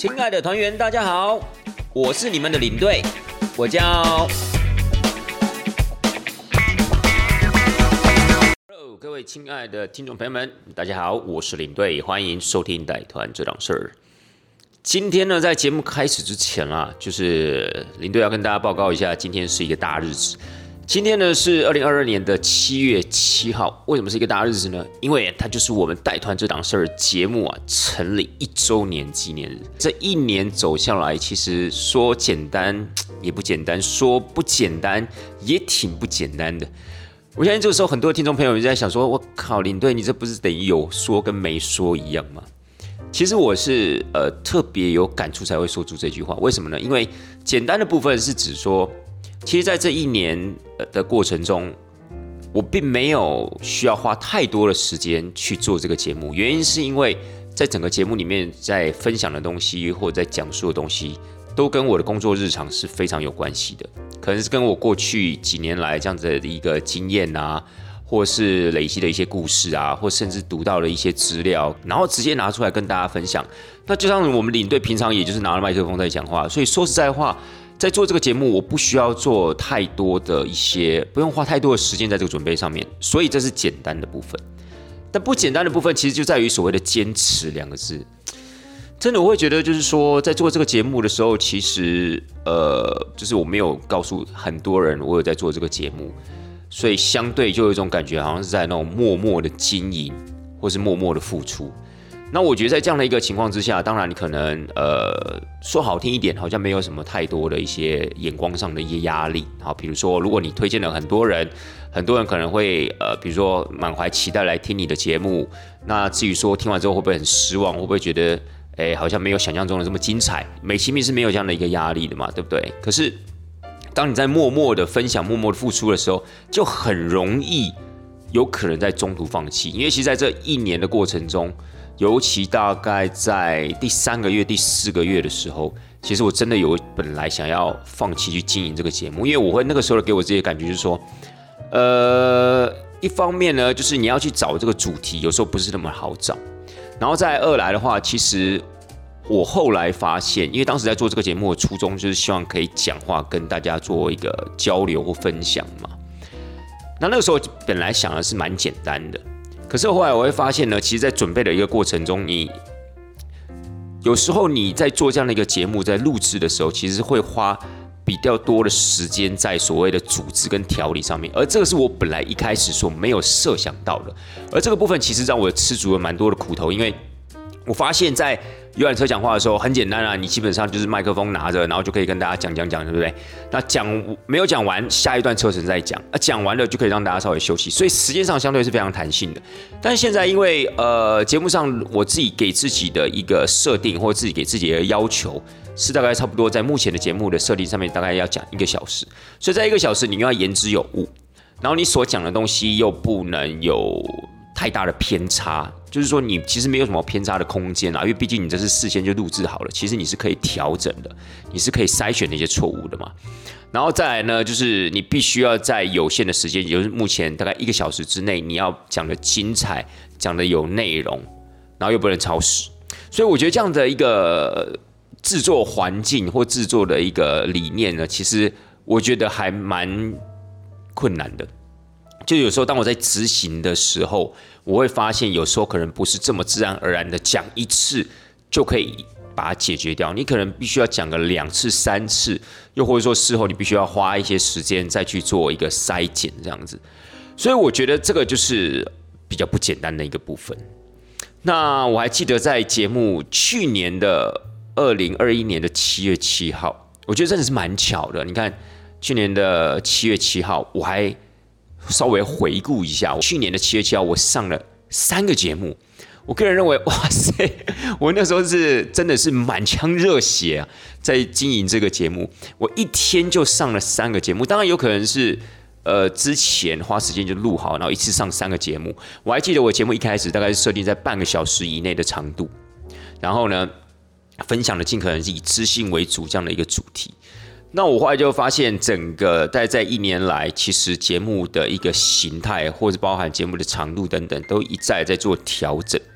亲爱的团员，大家好，我是你们的领队，我叫。Hello， 各位亲爱的听众朋友们，大家好，我是领队，欢迎收听带团这档事儿。今天呢，在节目开始之前啊，就是领队要跟大家报告一下，今天是一个大日子。今天呢是2022年的7月7号，为什么是一个大日子呢？因为它就是我们带团这档事儿节目啊成立1周年纪念日。这一年走下来，其实说简单也不简单，说不简单也挺不简单的。我相信这个时候很多听众朋友在想说，我靠，领队你这不是等于有说跟没说一样吗？其实我是特别有感触才会说出这句话，为什么呢？因为简单的部分是指说，其实在这一年的过程中，我并没有需要花太多的时间去做这个节目，原因是因为在整个节目里面在分享的东西或者在讲述的东西，都跟我的工作日常是非常有关系的，可能是跟我过去几年来这样子的一个经验啊，或是累积的一些故事啊，或甚至读到了一些资料，然后直接拿出来跟大家分享。那就像我们领队平常也就是拿了麦克风在讲话，所以说实在话，在做这个节目，我不需要做太多的一些，不用花太多的时间在这个准备上面，所以这是简单的部分。但不简单的部分，其实就在于所谓的坚持2个字。真的，我会觉得就是说，在做这个节目的时候，其实就是我没有告诉很多人我有在做这个节目，所以相对就有一种感觉，好像是在那种默默的经营，或是默默的付出。那我觉得在这样的一个情况之下，当然你可能说好听一点，好像没有什么太多的一些眼光上的一些压力。好，比如说如果你推荐了很多人可能会比如说满怀期待来听你的节目，那至于说听完之后会不会很失望，会不会觉得好像没有想象中的这么精彩，美其名是没有这样的一个压力的嘛，对不对？可是当你在默默的分享、默默的付出的时候，就很容易有可能在中途放弃，因为其实在这一年的过程中，尤其大概在第3个月、第4个月的时候，其实我真的有本来想要放弃去经营这个节目，因为我会那个时候给我自己的感觉就是说，一方面呢，就是你要去找这个主题，有时候不是那么好找，然后再二来的话，其实我后来发现，因为当时在做这个节目的初衷就是希望可以讲话跟大家做一个交流或分享嘛，那个时候本来想的是蛮简单的。可是后来我会发现呢，其实在准备的一个过程中，你有时候你在做这样的一个节目，在录制的时候，其实会花比较多的时间在所谓的组织跟条理上面，而这个是我本来一开始所没有设想到的。而这个部分其实让我吃足了蛮多的苦头，因为我发现在游览车讲话的时候很简单啊，你基本上就是麦克风拿着，然后就可以跟大家讲，对不对？那没有讲完，下一段车程再讲，讲完了就可以让大家稍微休息，所以时间上相对是非常弹性的。但是现在因为节目上我自己给自己的一个设定，或自己给自己的要求，是大概差不多在目前的节目的设定上面，大概要讲1个小时，所以在1个小时你又要言之有物，然后你所讲的东西又不能有太大的偏差，就是说你其实没有什么偏差的空间啦，因为毕竟你这是事先就录制好了，其实你是可以调整的，你是可以筛选那些错误的嘛。然后再来呢，就是你必须要在有限的时间，也就是目前大概1个小时之内，你要讲的精彩，讲的有内容，然后又不能超时。所以我觉得这样的一个制作环境或制作的一个理念呢，其实我觉得还蛮困难的。就有时候当我在执行的时候，我会发现有时候可能不是这么自然而然的讲1次就可以把它解决掉，你可能必须要讲个2次、3次，又或者说事后你必须要花一些时间再去做一个筛检这样子。所以我觉得这个就是比较不简单的一个部分。那我还记得在节目去年的2021年的7月7号，我觉得真的是蛮巧的。你看去年的7月7号，我还稍微回顾一下，去年的7月7号我上了3个节目，我个人认为，哇塞，我那时候是真的是满腔热血啊，在经营这个节目，我一天就上了3个节目，当然有可能是之前花时间就录好，然后一次上3个节目。我还记得我节目一开始大概是设定在半个小时以内的长度，然后呢，分享的尽可能是以知性为主这样的一个主题。那我后来就发现，整个大概在1年来，其实节目的一个形态，或者包含节目的长度等等，都一再在做调整。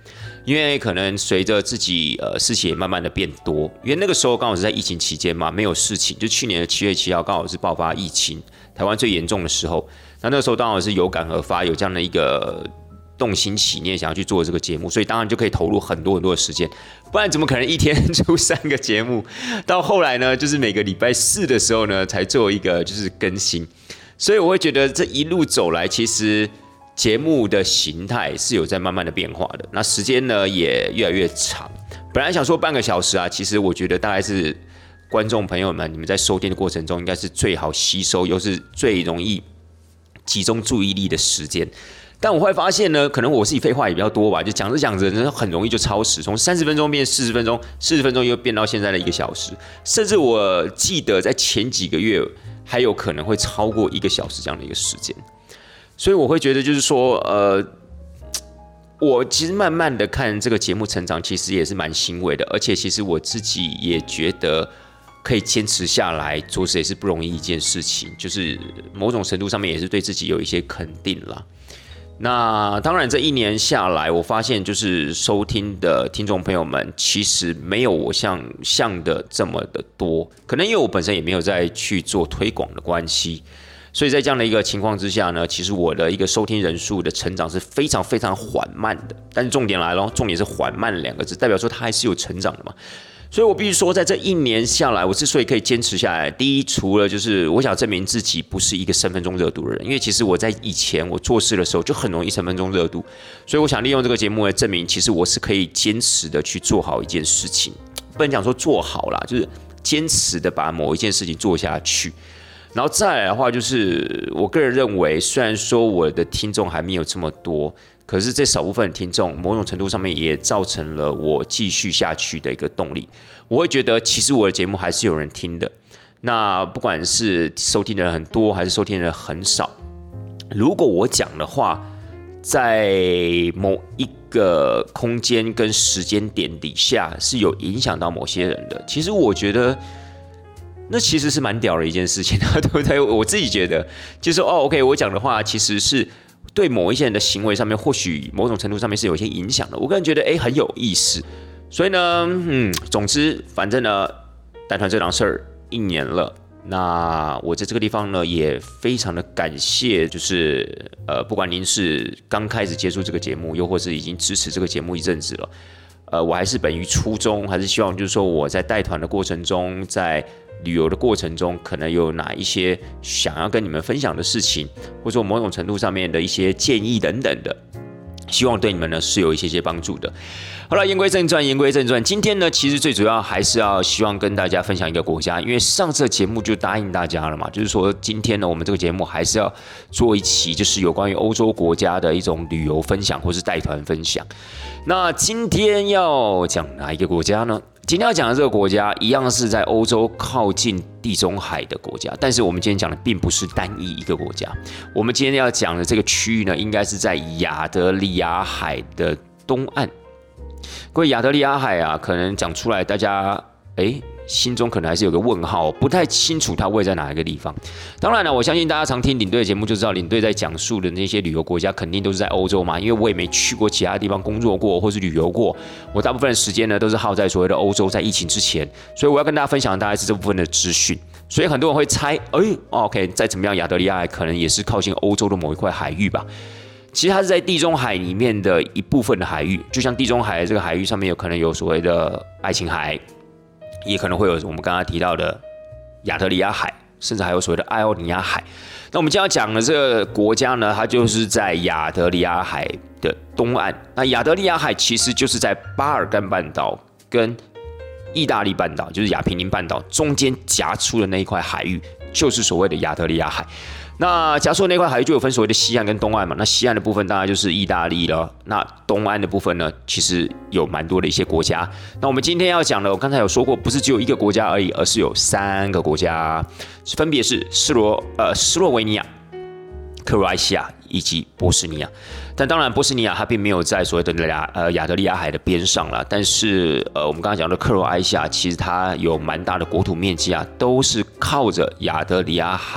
因为可能随着自己事情也慢慢的变多，因为那个时候刚好是在疫情期间嘛，没有事情，就去年的7月7号刚好是爆发疫情，台湾最严重的时候，那个时候当然是有感而发，有这样的一个动心起念想要去做这个节目，所以当然就可以投入很多的时间，不然怎么可能一天出3个节目？到后来呢，就是每个礼拜4的时候呢，才做一个就是更新。所以我会觉得这一路走来，其实节目的形态是有在慢慢的变化的，那时间呢也越来越长。本来想说半个小时啊，其实我觉得大概是观众朋友们你们在收听的过程中，应该是最好吸收又是最容易集中注意力的时间。但我会发现呢，可能我自己废话也比较多吧，就讲着讲着，很容易就超时，从30分钟变40分钟，40分钟又变到现在的1个小时，甚至我记得在前几个月还有可能会超过1个小时这样的一个时间。所以我会觉得就是说，我其实慢慢的看这个节目成长，其实也是蛮欣慰的，而且其实我自己也觉得可以坚持下来，着实也是不容易一件事情，就是某种程度上面也是对自己有一些肯定啦。那当然，这1年下来，我发现就是收听的听众朋友们，其实没有我想的这么的多。可能因为我本身也没有在去做推广的关系，所以在这样的一个情况之下呢，其实我的一个收听人数的成长是非常非常缓慢的。但是重点来咯，重点是缓慢2个字，代表说它还是有成长的嘛。所以我必须说，在这1年下来，我之所以可以坚持下来，第一，除了就是我想证明自己不是一个3分钟热度的人，因为其实我在以前我做事的时候就很容易3分钟热度，所以我想利用这个节目来证明，其实我是可以坚持的去做好一件事情，不能讲说做好啦，就是坚持的把某一件事情做下去。然后再来的话，就是我个人认为，虽然说我的听众还没有这么多，可是这少部分的听众，某种程度上面也造成了我继续下去的一个动力。我会觉得，其实我的节目还是有人听的。那不管是收听的人很多，还是收听的人很少，如果我讲的话，在某一个空间跟时间点底下是有影响到某些人的，其实我觉得那其实是蛮屌的一件事情，对不对？我自己觉得，就是OK， 我讲的话其实是对某一些人的行为上面，或许某种程度上面是有一些影响的。我个人觉得，很有意思。所以呢，总之，反正呢，带团这档事儿1年了。那我在这个地方呢，也非常的感谢，就是不管您是刚开始接触这个节目，又或是已经支持这个节目一阵子了，我还是本于初衷，还是希望就是说我在带团的过程中，在旅游的过程中，可能有哪一些想要跟你们分享的事情，或者说某种程度上面的一些建议等等的，希望对你们呢是有一些帮助的。好了，言归正传，今天呢，其实最主要还是要希望跟大家分享一个国家，因为上次的节目就答应大家了嘛，就是说今天呢，我们这个节目还是要做一期，就是有关于欧洲国家的一种旅游分享或是带团分享。那今天要讲哪一个国家呢？今天要讲的这个国家一样是在欧洲靠近地中海的国家，但是我们今天讲的并不是单一一个国家，我们今天要讲的这个区域呢，应该是在亚得里亚海的东岸。各位，亚得里亚海啊，可能讲出来大家心中可能还是有个问号，不太清楚它位在哪一个地方。当然了，我相信大家常听领队的节目就知道，领队在讲述的那些旅游国家肯定都是在欧洲嘛，因为我也没去过其他地方工作过或是旅游过，我大部分的时间呢都是耗在所谓的欧洲，在疫情之前，所以我要跟大家分享的大概是这部分的资讯。所以很多人会猜，OK， 再怎么样，亚得里亚海可能也是靠近欧洲的某一块海域吧。其实它是在地中海里面的一部分的海域，就像地中海这个海域上面有可能有所谓的爱琴海，也可能会有我们刚刚提到的亚得里亚海，甚至还有所谓的爱奥尼亚海。那我们今天要讲的这个国家呢，它就是在亚得里亚海的东岸。那亚得里亚海其实就是在巴尔干半岛跟意大利半岛，就是亚平宁半岛中间夹出的那一块海域，就是所谓的亚得里亚海。那夹出的那块海域就有分所谓的西岸跟东岸嘛，那西岸的部分当然就是意大利了，那东岸的部分呢，其实有蛮多的一些国家。那我们今天要讲的，我刚才有说过，不是只有一个国家而已，而是有3个国家，分别是斯洛维尼亚、克罗埃西亚以及波斯尼亚。但当然，波斯尼亚它并没有在所谓的亚得里亚海的边上啦，但是我们刚刚讲的克罗埃西亚，其实它有蛮大的国土面积啊，都是靠着亚得里亚海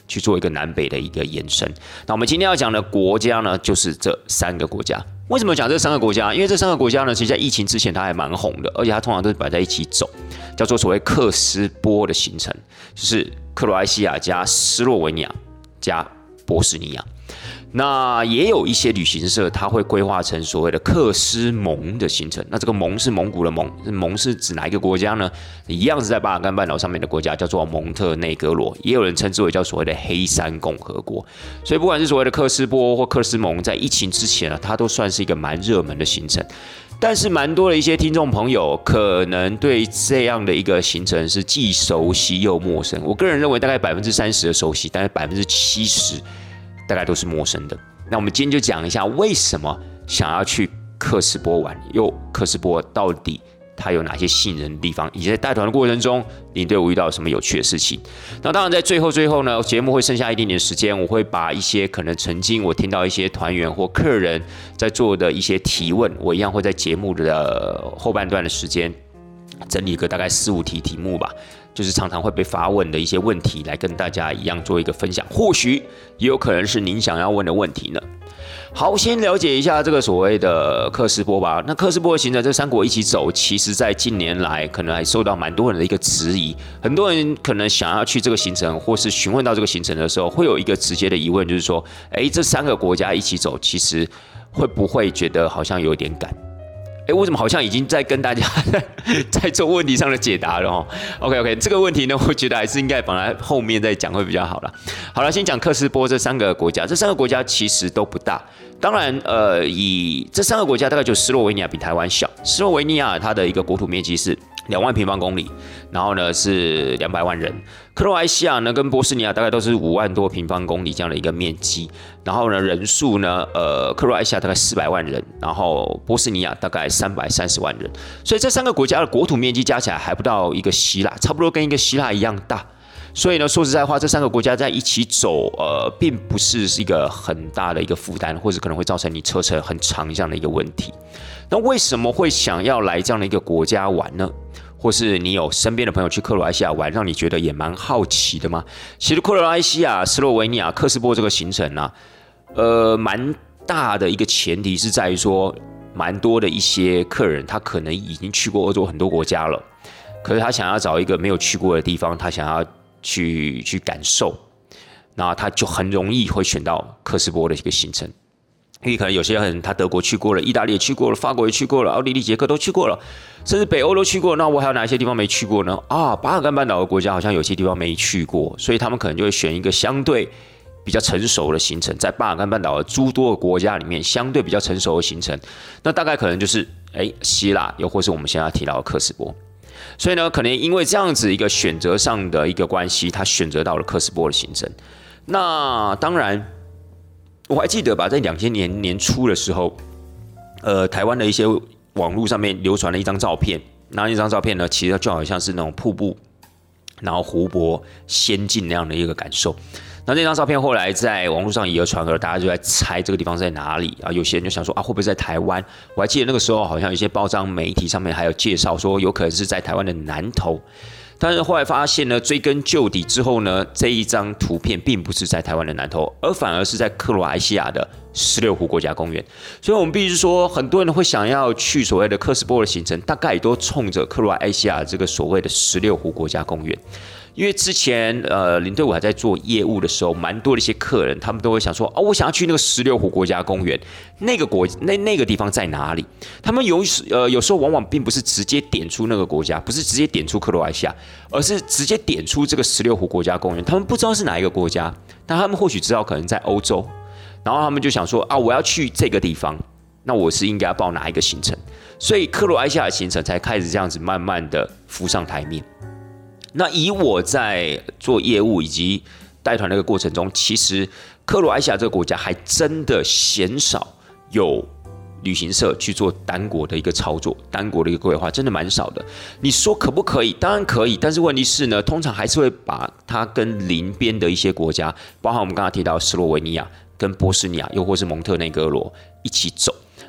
去做一个南北的一个延伸。那我们今天要讲的国家呢，就是这3个国家。为什么讲这3个国家？因为这3个国家呢，其实在疫情之前它还蛮红的，而且它通常都是摆在一起走，叫做所谓克斯波的行程，就是克罗埃西亚加斯洛文尼亚加波斯尼亚。那也有一些旅行社，它会规划成所谓的克斯蒙的行程。那这个蒙是蒙古的蒙，蒙是指哪一个国家呢？一样是在巴尔干半岛上面的国家，叫做蒙特内哥罗，也有人称之为叫所谓的黑山共和国。所以不管是所谓的克斯波或克斯蒙，在疫情之前它都算是一个蛮热门的行程。但是蛮多的一些听众朋友可能对这样的一个行程是既熟悉又陌生。我个人认为大概30%的熟悉，但是70%大概都是陌生的。那我们今天就讲一下为什么想要去克斯波玩，又克斯波到底它有哪些吸引人的地方，以及在带团的过程中领队我遇到什么有趣的事情。那当然在最后呢，节目会剩下一点点时间，我会把一些可能曾经我听到一些团员或客人在做的一些提问，我一样会在节目的后半段的时间整理一个大概4-5题题目吧，就是常常会被发问的一些问题，来跟大家一样做一个分享，或许也有可能是您想要问的问题呢。好，先了解一下这个所谓的克斯波吧。那克斯波的行程，这3国一起走，其实在近年来可能还受到蛮多人的一个质疑。很多人可能想要去这个行程，或是询问到这个行程的时候，会有一个直接的疑问，就是说，这3个国家一起走，其实会不会觉得好像有点赶？为什么好像已经在跟大家在做问题上的解答了？OK， 这个问题呢，我觉得还是应该放在后面再讲会比较好了。好了，先讲克斯波这3个国家，这3个国家其实都不大。当然，以这3个国家大概就斯洛维尼亚比台湾小。斯洛维尼亚它的一个国土面积是2万平方公里，然后呢是200万人。克罗埃西亚呢跟波斯尼亚大概都是5万多平方公里这样的一个面积，然后呢人数呢，克罗埃西亚大概400万人，然后波斯尼亚大概330万人，所以这3个国家的国土面积加起来还不到一个希腊，差不多跟一个希腊一样大。所以呢，说实在话，这3个国家在一起走，并不是一个很大的一个负担，或者可能会造成你车程很长这样的一个问题。那为什么会想要来这样的一个国家玩呢？或是你有身边的朋友去克罗埃西亚玩，让你觉得也蛮好奇的吗？其实克罗埃西亚、斯洛维尼亚、克斯波这个行程啊，蛮大的一个前提是在于说，蛮多的一些客人他可能已经去过欧洲很多国家了，可是他想要找一个没有去过的地方，他想要去感受，那他就很容易会选到克斯波的一个行程。因为可能有些人他德国去过了，意大利也去过了，法国也去过了，奥地利、捷克都去过了，甚至北欧都去过。那我还有哪些地方没去过呢？巴尔干半岛的国家好像有些地方没去过，所以他们可能就会选一个相对比较成熟的行程，在巴尔干半岛的诸多的国家里面，相对比较成熟的行程，那大概可能就是希腊，又或是我们现在提到的克斯波。所以呢，可能因为这样子一个选择上的一个关系，他选择到了克斯波的行程。那当然。我还记得吧，在2000年年初的时候，台湾的一些网络上面流传了一张照片，那一张照片呢，其实就好像是那种瀑布，然后湖泊、仙境那样的一个感受。那张照片后来在网络上以讹传讹，大家就在猜这个地方在哪里啊？有些人就想说会不会在台湾？我还记得那个时候好像有些报章媒体上面还有介绍说，有可能是在台湾的南投。但是后来发现呢，追根究底之后呢，这一张图片并不是在台湾的南投，而反而是在克罗埃西亚的16湖国家公园。所以我们必须说，很多人会想要去所谓的克斯波的行程，大概也都冲着克罗埃西亚这个所谓的16湖国家公园。因为之前领队我还在做业务的时候，蛮多的一些客人，他们都会想说，我想要去那个16湖国家公园，那个地方在哪里？他们有时候往往并不是直接点出那个国家，不是直接点出克罗埃西亚，而是直接点出这个16湖国家公园。他们不知道是哪一个国家，但他们或许知道可能在欧洲，然后他们就想说我要去这个地方，那我是应该要报哪一个行程？所以克罗埃西亚的行程才开始这样子慢慢的浮上台面。那以我在做业务以及带团的一个过程中，其实克罗埃西亚这个国家还真的鲜少有旅行社去做单国的一个操作，单国的一个规划，真的蛮少的。你说可不可以？当然可以，但是问题是呢，通常还是会把它跟邻边的一些国家，包含我们刚刚提到斯洛维尼亚跟波斯尼亚，又或是蒙特内哥罗一起走。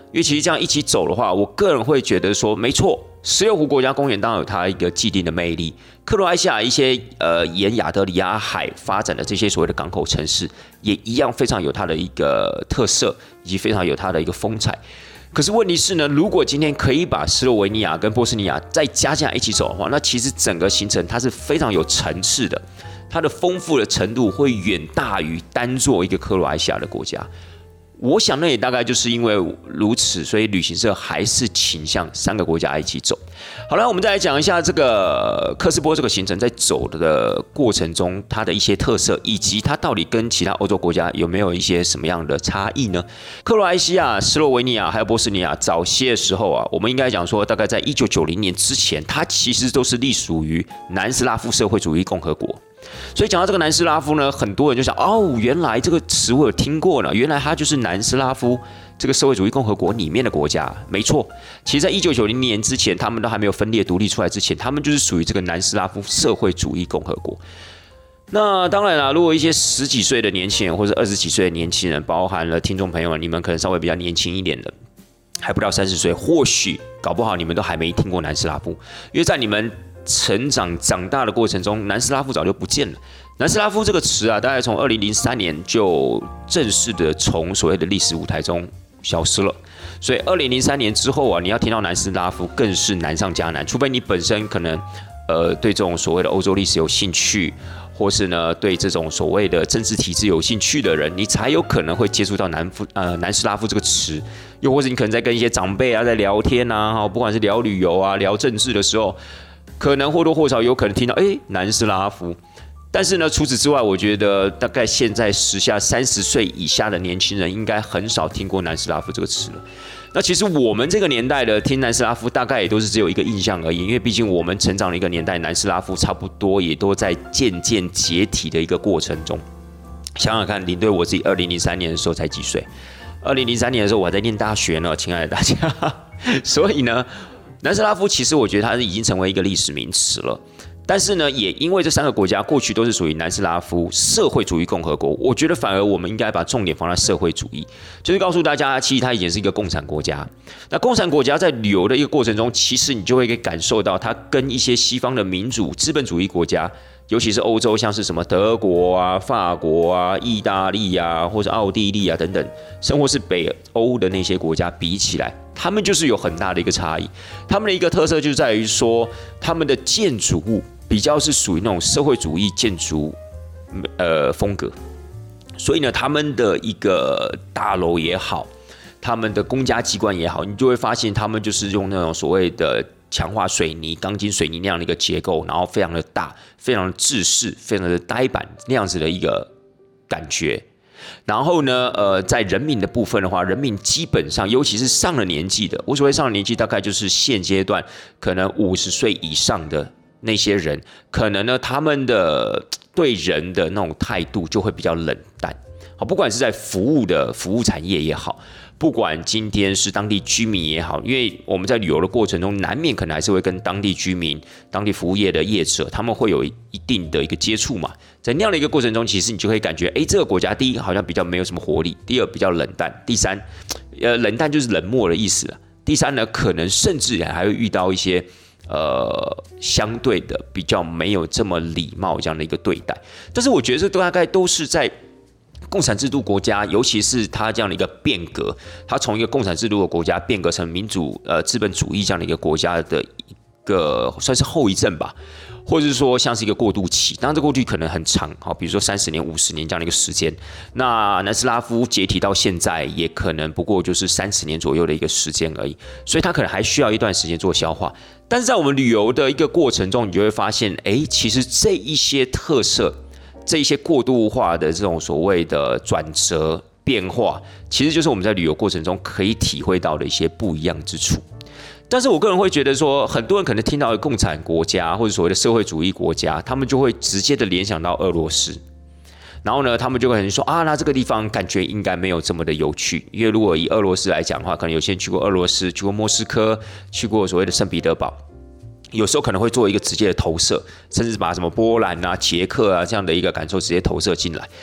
因为其实这样一起走的话，我个人会觉得说，没错，石榴湖国家公园当然有它一个既定的魅力，克罗埃西亚一些沿亚得里亚海发展的这些所谓的港口城市，也一样非常有它的一个特色，以及非常有它的一个风采。可是问题是呢，如果今天可以把斯洛维尼亚跟波斯尼亚再加进来一起走的话，那其实整个行程它是非常有层次的，它的丰富的程度会远大于单做一个克罗埃西亚的国家。我想那也大概就是因为如此，所以旅行社还是倾向3个国家一起走。好了，我们再来讲一下这个科斯波这个行程在走的过程中，它的一些特色，以及它到底跟其他欧洲国家有没有一些什么样的差异呢？克罗埃西亚、斯洛维尼亚还有波斯尼亚早些的时候啊，我们应该讲说，大概在1990年之前，它其实都是隶属于南斯拉夫社会主义共和国。所以讲到这个南斯拉夫呢，很多人就想哦，原来这个词我有听过呢，原来它就是南斯拉夫这个社会主义共和国里面的国家。没错，其实在1990年之前，他们都还没有分裂独立出来之前，他们就是属于这个南斯拉夫社会主义共和国。那当然啦，如果一些10几岁的年轻人或者20几岁的年轻人，包含了听众朋友们，你们可能稍微比较年轻一点的，还不到30岁，或许搞不好你们都还没听过南斯拉夫，因为在你们长大的过程中，南斯拉夫早就不见了。南斯拉夫这个词啊，大概从2003年就正式的从所谓的历史舞台中消失了。所以2003年之后啊，你要听到南斯拉夫更是难上加难，除非你本身可能对这种所谓的欧洲历史有兴趣，或是呢对这种所谓的政治体制有兴趣的人，你才有可能会接触到南斯拉夫这个词。又或者你可能在跟一些长辈啊在聊天啊，不管是聊旅游啊、聊政治的时候，可能或多或少有可能听到南斯拉夫。但是呢，除此之外，我觉得大概现在时下30岁以下的年轻人应该很少听过南斯拉夫这个词了。那其实我们这个年代的听南斯拉夫，大概也都是只有一个印象而已，因为毕竟我们成长的一个年代，南斯拉夫差不多也都在渐渐解体的一个过程中。想想看，领队我自己2003年的时候才几岁？2003年的时候我还在念大学呢，亲爱的大家。所以呢，南斯拉夫其实我觉得它已经成为一个历史名词了。但是呢，也因为这3个国家过去都是属于南斯拉夫社会主义共和国，我觉得反而我们应该把重点放在社会主义，就是告诉大家，其实它以前是一个共产国家。那共产国家在旅游的一个过程中，其实你就会感受到它跟一些西方的民主资本主义国家，尤其是欧洲，像是什么德国啊、法国啊、意大利啊，或者奥地利啊等等，甚或是北欧的那些国家比起来，他们就是有很大的一个差异。他们的一个特色就在于说，他们的建筑物比较是属于那种社会主义建筑风格，所以呢，他们的一个大楼也好，他们的公家机关也好，你就会发现他们就是用那种所谓的强化水泥、钢筋水泥那样的一个结构，然后非常的大、非常的制式、非常的呆板那样子的一个感觉。然后呢，在人民的部分的话，人民基本上，尤其是上了年纪的，我所谓上了年纪，大概就是现阶段可能50岁以上的那些人，可能呢，他们的对人的那种态度就会比较冷淡。好，不管是在服务产业也好，不管今天是当地居民也好，因为我们在旅游的过程中，难免可能还是会跟当地居民、当地服务业的业者，他们会有一定的一个接触嘛。在那样的一个过程中，其实你就会感觉，这个国家第一好像比较没有什么活力，第二比较冷淡，第三，冷淡就是冷漠的意思了。第三呢，可能甚至还会遇到一些相对的比较没有这么礼貌这样的一个对待。但是我觉得这大概都是在共产制度国家，尤其是它这样的一个变革，它从一个共产制度的国家变革成民主资本主义这样的一个国家的一个算是后遗症吧，或者是说像是一个过渡期。当然这过渡期可能很长，比如说30年、50年这样的一个时间。那南斯拉夫解体到现在，也可能不过就是30年左右的一个时间而已，所以它可能还需要一段时间做消化。但是在我们旅游的一个过程中，你就会发现，其实这一些特色，这一些过渡化的这种所谓的转折变化，其实就是我们在旅游过程中可以体会到的一些不一样之处。但是我个人会觉得说，很多人可能听到共产国家或者所谓的社会主义国家，他们就会直接的联想到俄罗斯，然后呢，他们就会很说那这个地方感觉应该没有这么的有趣，因为如果以俄罗斯来讲的话，可能有些人去过俄罗斯，去过莫斯科，去过所谓的圣彼得堡。有时候可能会做一个直接的投射，甚至把什么波兰啊、捷克啊这样的一个感受直接投射进来。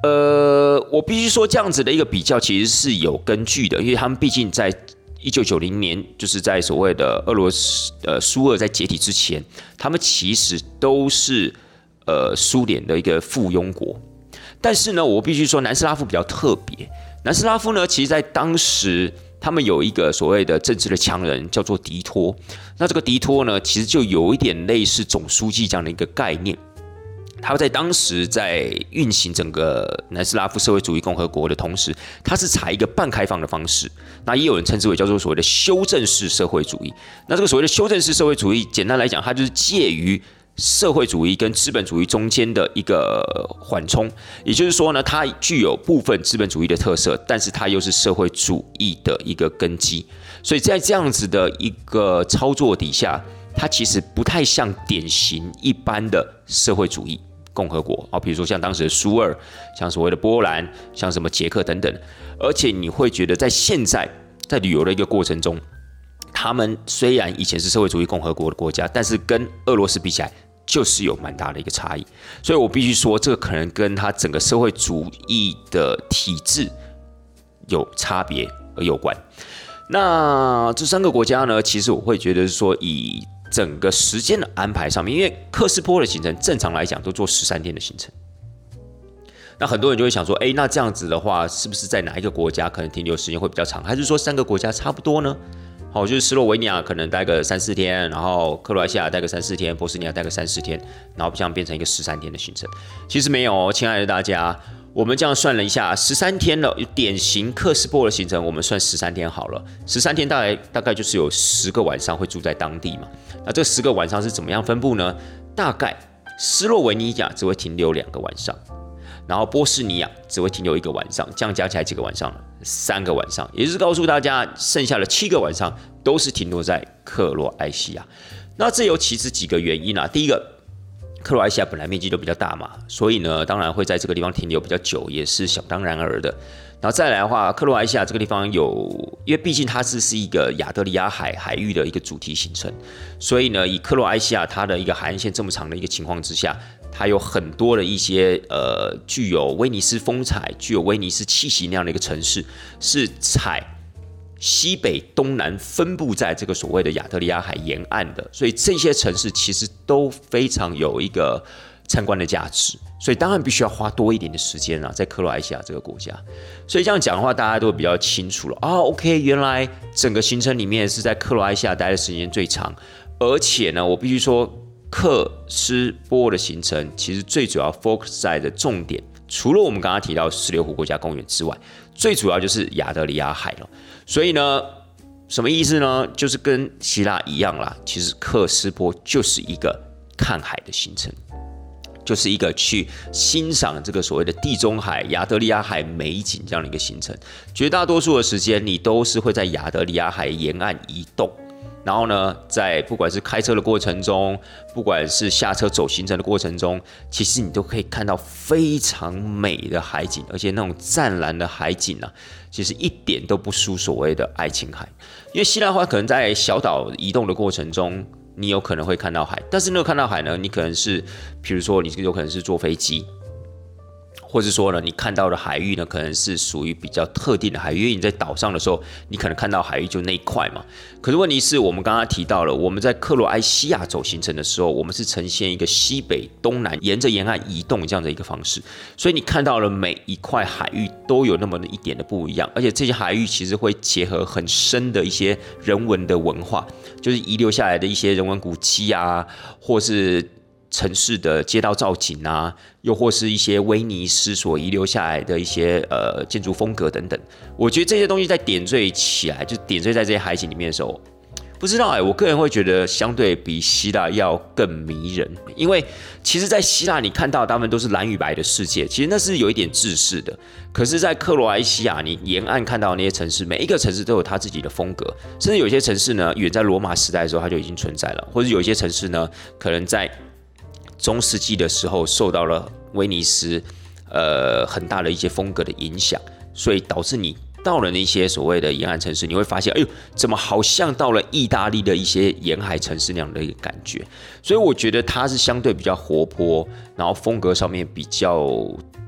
我必须说这样子的一个比较其实是有根据的，因为他们毕竟在1990年，就是在所谓的俄罗斯苏俄在解体之前，他们其实都是苏联的一个附庸国。但是呢，我必须说南斯拉夫比较特别。南斯拉夫呢，其实在当时他们有一个所谓的政治的强人，叫做迪托。那这个迪托呢，其实就有一点类似总书记这样的一个概念。他在当时在运行整个南斯拉夫社会主义共和国的同时，他是采一个半开放的方式。那也有人称之为叫做所谓的修正式社会主义。那这个所谓的修正式社会主义，简单来讲，它就是介于社会主义跟资本主义中间的一个缓冲。也就是说呢，它具有部分资本主义的特色，但是它又是社会主义的一个根基。所以在这样子的一个操作底下，它其实不太像典型一般的社会主义共和国啊，比如说像当时的苏俄，像所谓的波兰，像什么捷克等等。而且你会觉得，在现在在旅游的一个过程中，他们虽然以前是社会主义共和国的国家，但是跟俄罗斯比起来，就是有蛮大的一个差异。所以我必须说，这个可能跟它整个社会主义的体制有差别而有关。那这3个国家呢，其实我会觉得说，以整个时间的安排上面，因为克斯波的行程正常来讲都做13天的行程，那很多人就会想说，那这样子的话，是不是在哪一个国家可能停留时间会比较长，还是说3个国家差不多呢？好，就是斯洛维尼亚可能待个3-4天，然后克罗埃西亚待个3-4天，波斯尼亚待个3-4天，然后这样变成一个13天的行程。其实没有哦，亲爱的大家，我们这样算了一下，13天了，典型克斯波的行程，我们算13天好了。13天大概就是有10个晚上会住在当地嘛。那这10个晚上是怎么样分布呢？大概斯洛维尼亚只会停留2个晚上，然后波斯尼亚只会停留1个晚上，这样加起来几个晚上呢？3个晚上，也就是告诉大家，剩下的7个晚上都是停留在克罗埃西亚。那这有其实几个原因啊。第一个，克罗埃西亚本来面积都比较大嘛，所以呢，当然会在这个地方停留比较久，也是想当然而的。然后再来的话，克罗埃西亚这个地方因为毕竟它是一个亚得里亚海域的一个主题行程，所以呢，以克罗埃西亚它的一个海岸线这么长的一个情况之下，它有很多的一些具有威尼斯风采、具有威尼斯气息那样的一个城市，是采西北东南分布在这个所谓的亚得里亚海沿岸的，所以这些城市其实都非常有一个参观的价值，所以当然必须要花多一点的时间啊，在克罗埃西亚这个国家。所以这样讲的话，大家都比较清楚了啊。OK， 原来整个行程里面是在克罗埃西亚待的时间最长，而且呢，我必须说，克斯波的行程其实最主要 focus 在的重点，除了我们刚刚提到16湖国家公园之外，最主要就是亚得里亚海了。所以呢，什么意思呢？就是跟希腊一样啦，其实克斯波就是一个看海的行程，就是一个去欣赏这个所谓的地中海、亚得里亚海美景这样的一个行程。绝大多数的时间，你都是会在亚得里亚海沿岸移动。然后呢，在不管是开车的过程中，不管是下车走行程的过程中，其实你都可以看到非常美的海景，而且那种湛蓝的海景啊，其实一点都不输所谓的爱琴海。因为希腊话可能在小岛移动的过程中，你有可能会看到海，但是那个看到海呢，你可能是，比如说你有可能是坐飞机。或是说呢，你看到的海域呢，可能是属于比较特定的海域，因为你在岛上的时候，你可能看到海域就那一块嘛。可是问题是我们刚刚提到了，我们在克罗埃西亚走行程的时候，我们是呈现一个西北东南沿着沿岸移动这样的一个方式，所以你看到了每一块海域都有那么一点的不一样，而且这些海域其实会结合很深的一些人文的文化，就是遗留下来的一些人文古迹啊，或是城市的街道造景啊，又或是一些威尼斯所遗留下来的一些建筑风格等等，我觉得这些东西在点缀起来，就点缀在这些海景里面的时候，不知道我个人会觉得相对比希腊要更迷人，因为其实，在希腊你看到他们都是蓝与白的世界，其实那是有一点制式的。可是，在克罗埃西亚，你沿岸看到的那些城市，每一个城市都有它自己的风格，甚至有些城市呢，远在罗马时代的时候它就已经存在了，或者有一些城市呢，可能在中世纪的时候受到了威尼斯很大的一些风格的影响，所以导致你到了那些所谓的沿岸城市，你会发现，哎呦，怎么好像到了意大利的一些沿海城市那样的一个感觉？所以我觉得它是相对比较活泼，然后风格上面比较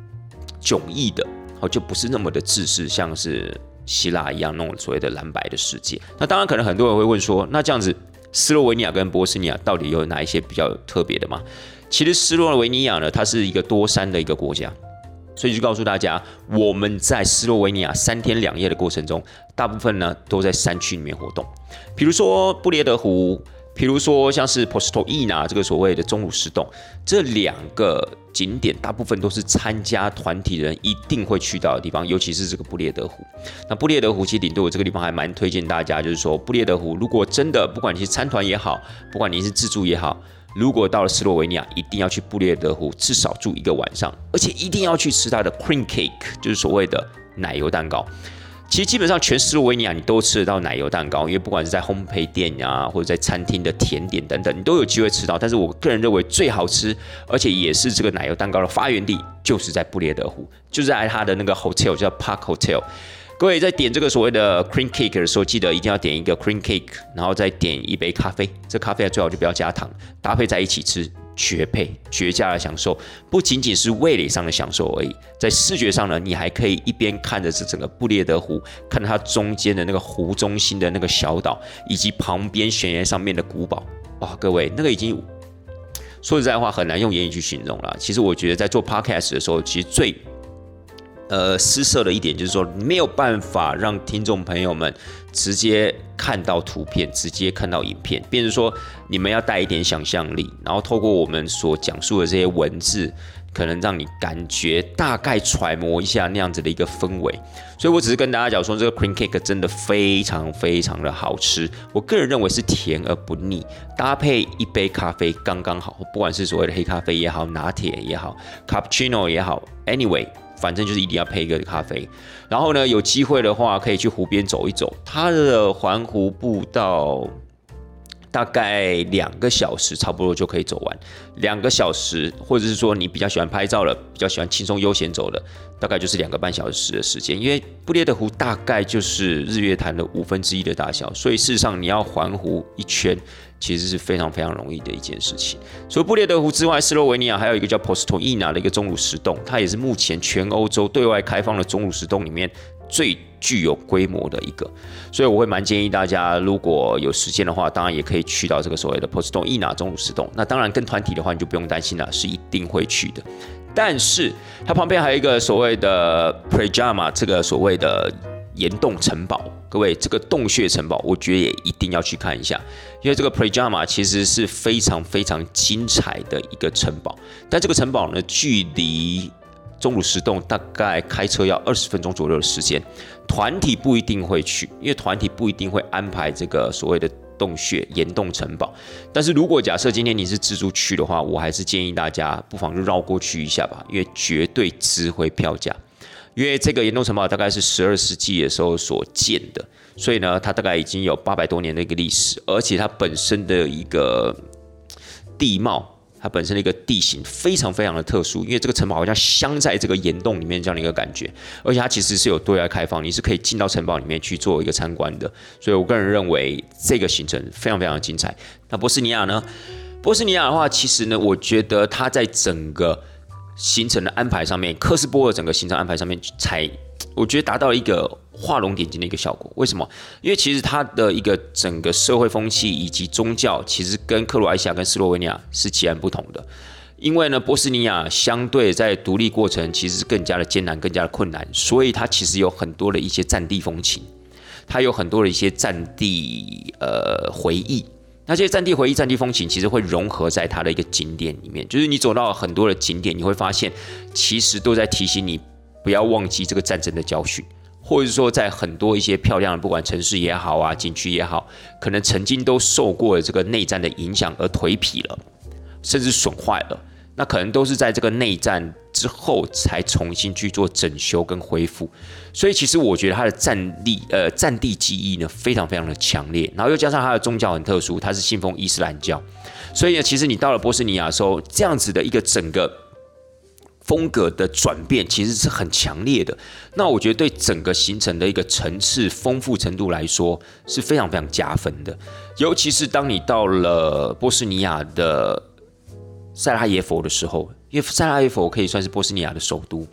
迥异的，就不是那么的制式，像是希腊一样那种所谓的蓝白的世界。那当然，可能很多人会问说，那这样子，斯洛维尼亚跟波斯尼亚到底有哪一些比较特别的吗？其实斯洛维尼亚呢，它是一个多山的一个国家，所以就告诉大家，我们在斯洛维尼亚3天2夜的过程中，大部分呢都在山区里面活动，比如说布列德湖。比如说像是 Postojna 这个所谓的钟乳石洞，这2个景点大部分都是参加团体的人一定会去到的地方，尤其是这个布列德湖。那布列德湖其实领队我这个地方还蛮推荐大家，就是说布列德湖如果真的不管你是参团也好，不管你是自助也好，如果到了斯洛维尼亚，一定要去布列德湖至少住1个晚上，而且一定要去吃它的 cream cake， 就是所谓的奶油蛋糕。其实基本上全斯洛维尼亚你都吃得到奶油蛋糕，因为不管是在烘焙店啊，或者在餐厅的甜点等等，你都有机会吃到。但是我个人认为最好吃，而且也是这个奶油蛋糕的发源地，就是在布列德湖，就是在它的那个 hotel 叫 Park Hotel。各位在点这个所谓的 cream cake 的时候，记得一定要点一个 cream cake， 然后再点一杯咖啡。这咖啡最好就不要加糖，搭配在一起吃。绝配绝佳的享受，不仅仅是味蕾上的享受而已，在视觉上呢，你还可以一边看着这整个布列德湖，看着它中间的那个湖中心的那个小岛，以及旁边悬崖上面的古堡。哇，各位，那个已经说实在话很难用言语去形容了。其实我觉得在做 podcast 的时候，其实最失色的一点就是说，没有办法让听众朋友们直接看到图片，直接看到影片，变成说你们要带一点想象力，然后透过我们所讲述的这些文字，可能让你感觉大概揣摩一下那样子的一个氛围。所以我只是跟大家讲说，这个 cream cake 真的非常非常的好吃，我个人认为是甜而不腻，搭配一杯咖啡刚刚好，不管是所谓的黑咖啡也好，拿铁也好 ，cappuccino 也好 ，anyway。反正就是一定要配一个咖啡，然后呢，有机会的话可以去湖边走一走。它的环湖步道大概2个小时，差不多就可以走完。2个小时，或者是说你比较喜欢拍照的，比较喜欢轻松悠闲走的，大概就是2个半小时的时间。因为布列德湖大概就是日月潭的1/5的大小，所以事实上你要环湖一圈。其实是非常非常容易的一件事情。除了布列德湖之外，斯洛维尼亚还有一个叫 Postojna 的一个钟乳石洞，它也是目前全欧洲对外开放的钟乳石洞里面最具有规模的一个。所以我会蛮建议大家，如果有时间的话，当然也可以去到这个所谓的 Postojna 钟乳石洞。那当然跟团体的话，你就不用担心了，是一定会去的。但是它旁边还有一个所谓的 Prejama 这个所谓的岩洞城堡，各位，这个洞穴城堡，我觉得也一定要去看一下，因为这个 Prejama 其实是非常非常精彩的一个城堡。但这个城堡呢，距离钟乳石洞大概开车要20分钟左右的时间，团体不一定会去，因为团体不一定会安排这个所谓的洞穴岩洞城堡。但是如果假设今天你是自助去的话，我还是建议大家不妨就绕过去一下吧，因为绝对值回票价。因为这个岩洞城堡大概是12世纪的时候所建的，所以呢，它大概已经有800多年的一个历史，而且它本身的一个地貌，它本身的一个地形非常非常的特殊，因为这个城堡好像镶在这个岩洞里面这样的一个感觉，而且它其实是有对外开放，你是可以进到城堡里面去做一个参观的，所以我个人认为这个行程非常非常的精彩。那波斯尼亚呢？波斯尼亚的话，其实呢，我觉得它在整个行程的安排上面，科斯波的整个行程安排上面，我觉得达到了一个画龙点睛的一个效果。为什么？因为其实它的一个整个社会风气以及宗教，其实跟克罗埃西亚跟斯洛维尼亚是截然不同的。因为呢，波斯尼亚相对在独立过程其实是更加的艰难、更加的困难，所以它其实有很多的一些战地风情，它有很多的一些战地回忆。那这些战地回忆、战地风情，其实会融合在它的一个景点里面。就是你走到很多的景点，你会发现，其实都在提醒你不要忘记这个战争的教训，或者说在很多一些漂亮的，不管城市也好啊、景区也好，可能曾经都受过这个内战的影响而颓圮了，甚至损坏了。那可能都是在这个内战之后才重新去做整修跟恢复，所以其实我觉得它的战地记忆呢非常非常的强烈，然后又加上它的宗教很特殊，它是信奉伊斯兰教，所以呢，其实你到了波斯尼亚的时候，这样子的一个整个风格的转变其实是很强烈的。那我觉得对整个行程的一个层次丰富程度来说是非常非常加分的，尤其是当你到了波斯尼亚的塞拉耶佛的时候，因为塞拉耶佛可以算是波斯尼亚的首都。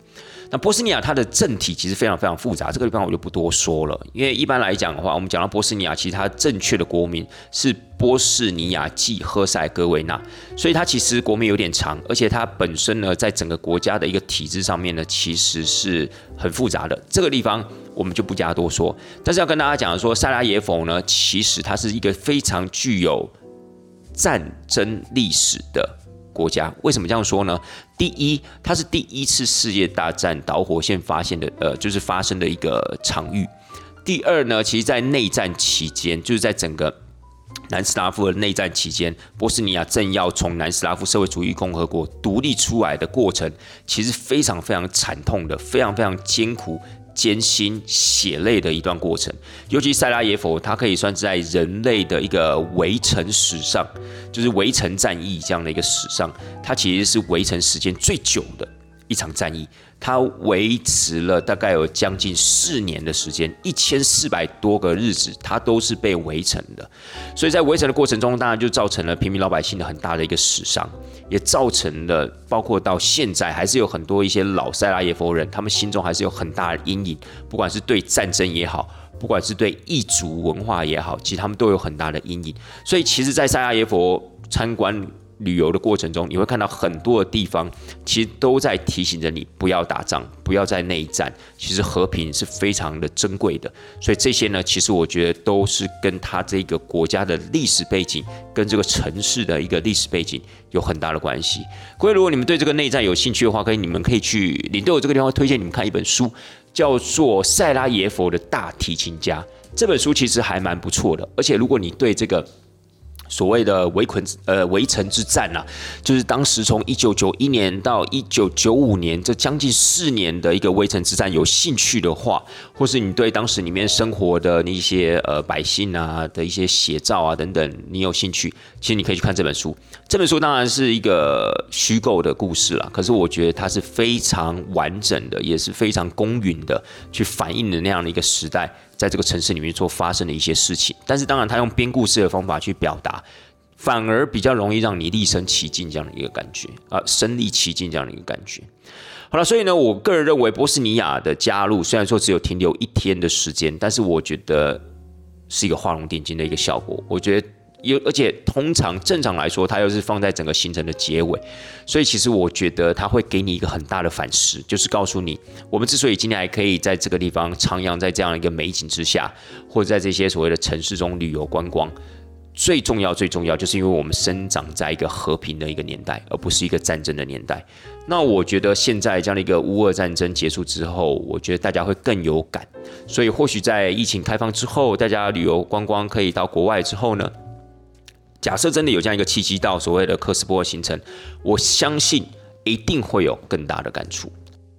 那波斯尼亚它的政体其实非常非常复杂，这个地方我就不多说了，因为一般来讲的话，我们讲到波斯尼亚，其实它正确的国名是波士尼亚暨赫塞哥维那，所以它其实国名有点长，而且它本身呢，在整个国家的一个体制上面呢，其实是很复杂的。这个地方我们就不加多说，但是要跟大家讲说，塞拉耶佛呢，其实它是一个非常具有战争历史的国家。为什么这样说呢？第一，它是第一次世界大战导火线就是发生的一个场域。第二呢，其实在内战期间，就是在整个南斯拉夫的内战期间，波斯尼亚正要从南斯拉夫社会主义共和国独立出来的过程，其实非常非常惨痛的，非常非常艰苦、艰辛、血泪的一段过程。尤其塞拉耶佛，它可以算是在人类的一个围城史上，就是围城战役这样的一个史上，它其实是围城时间最久的一场战役。它维持了大概有将近4年的时间，1400多个日子，它都是被围城的。所以在围城的过程中，当然就造成了平民老百姓的很大的一个死伤，也造成了包括到现在还是有很多一些老塞拉耶佛人，他们心中还是有很大的阴影，不管是对战争也好，不管是对异族文化也好，其实他们都有很大的阴影。所以其实，在塞拉耶佛参观旅游的过程中，你会看到很多的地方，其实都在提醒着你不要打仗，不要在内战。其实和平是非常的珍贵的，所以这些呢，其实我觉得都是跟他这个国家的历史背景，跟这个城市的一个历史背景有很大的关系。各位，如果你们对这个内战有兴趣的话，你们可以去领队我这个地方推荐你们看一本书，叫做《塞拉耶佛的大提琴家》。这本书其实还蛮不错的，而且如果你对这个所谓的围城之战啊，就是当时从1991年到1995年这将近4年的一个围城之战有兴趣的话，或是你对当时里面生活的那些百姓啊的一些写照啊等等，你有兴趣，其实你可以去看这本书。这本书当然是一个虚构的故事啦，可是我觉得它是非常完整的，也是非常公允的，去反映了那样的一个时代，在这个城市里面所发生的一些事情。但是当然，他用编故事的方法去表达，反而比较容易让你立身其境这样的一个感觉身临其境这样的一个感觉。好了，所以呢，我个人认为波斯尼亚的加入虽然说只有停留1天的时间，但是我觉得是一个画龙点睛的一个效果。我觉得而且通常正常来说，它又是放在整个行程的结尾，所以其实我觉得它会给你一个很大的反思，就是告诉你，我们之所以今天还可以在这个地方徜徉在这样一个美景之下，或者在这些所谓的城市中旅游观光，最重要就是因为我们生长在一个和平的一个年代，而不是一个战争的年代。那我觉得现在这样的一个乌俄战争结束之后，我觉得大家会更有感，所以或许在疫情开放之后，大家旅游观光可以到国外之后呢，假设真的有这样一个契机到所谓的科斯波行程，我相信一定会有更大的感触。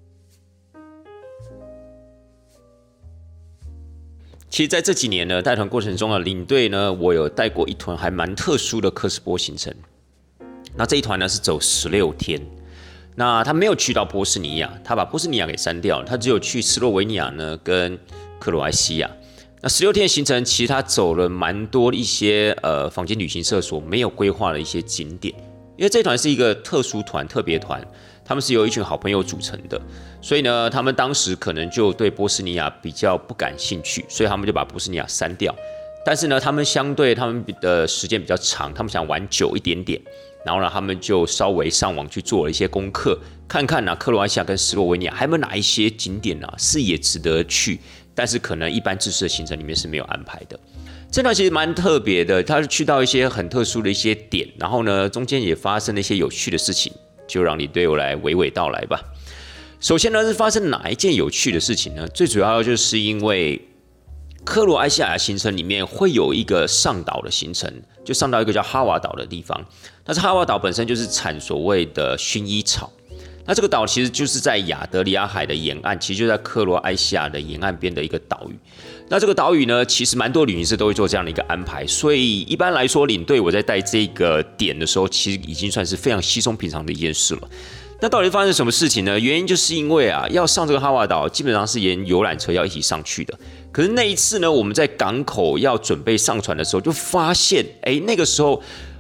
其实在这几年呢，带团过程中的领队呢，我有带过一团还蛮特殊的科斯波行程。那这一团呢是走16天，那他没有去到波斯尼亚，他把波斯尼亚给删掉了，他只有去斯洛维尼亚呢跟克罗埃西亚。那16天的行程，其实他走了蛮多一些坊间旅行社所没有规划的一些景点，因为这团是一个特殊团、特别团，他们是由一群好朋友组成的，所以呢，他们当时可能就对波斯尼亚比较不感兴趣，所以他们就把波斯尼亚删掉。但是呢，他们相对他们的时间比较长，他们想玩久一点点，然后呢，他们就稍微上网去做了一些功课，看看克罗埃西亚跟斯洛维尼亚还有没有哪一些景点是也值得去，但是可能一般制式的行程里面是没有安排的。这段其实蛮特别的，他是去到一些很特殊的一些点，然后呢，中间也发生了一些有趣的事情，就让你对我来娓娓道来吧。首先呢，是发生哪一件有趣的事情呢？最主要就是因为克罗埃西亚的行程里面会有一个上岛的行程，就上到一个叫哈瓦岛的地方。但是哈瓦岛本身就是产所谓的薰衣草。那这个岛其实就是在亚得里亚海的沿岸，其实就在克罗埃西亚的沿岸边的一个岛屿。那这个岛屿呢，其实蛮多旅行社都会做这样的一个安排，所以一般来说，领队我在带这个点的时候，其实已经算是非常稀松平常的一件事了。那到底发生什么事情呢？原因就是因为要上这个哈瓦岛，基本上是沿游览车要一起上去的。可是那一次呢，我们在港口要准备上船的时候，就发现，那个时候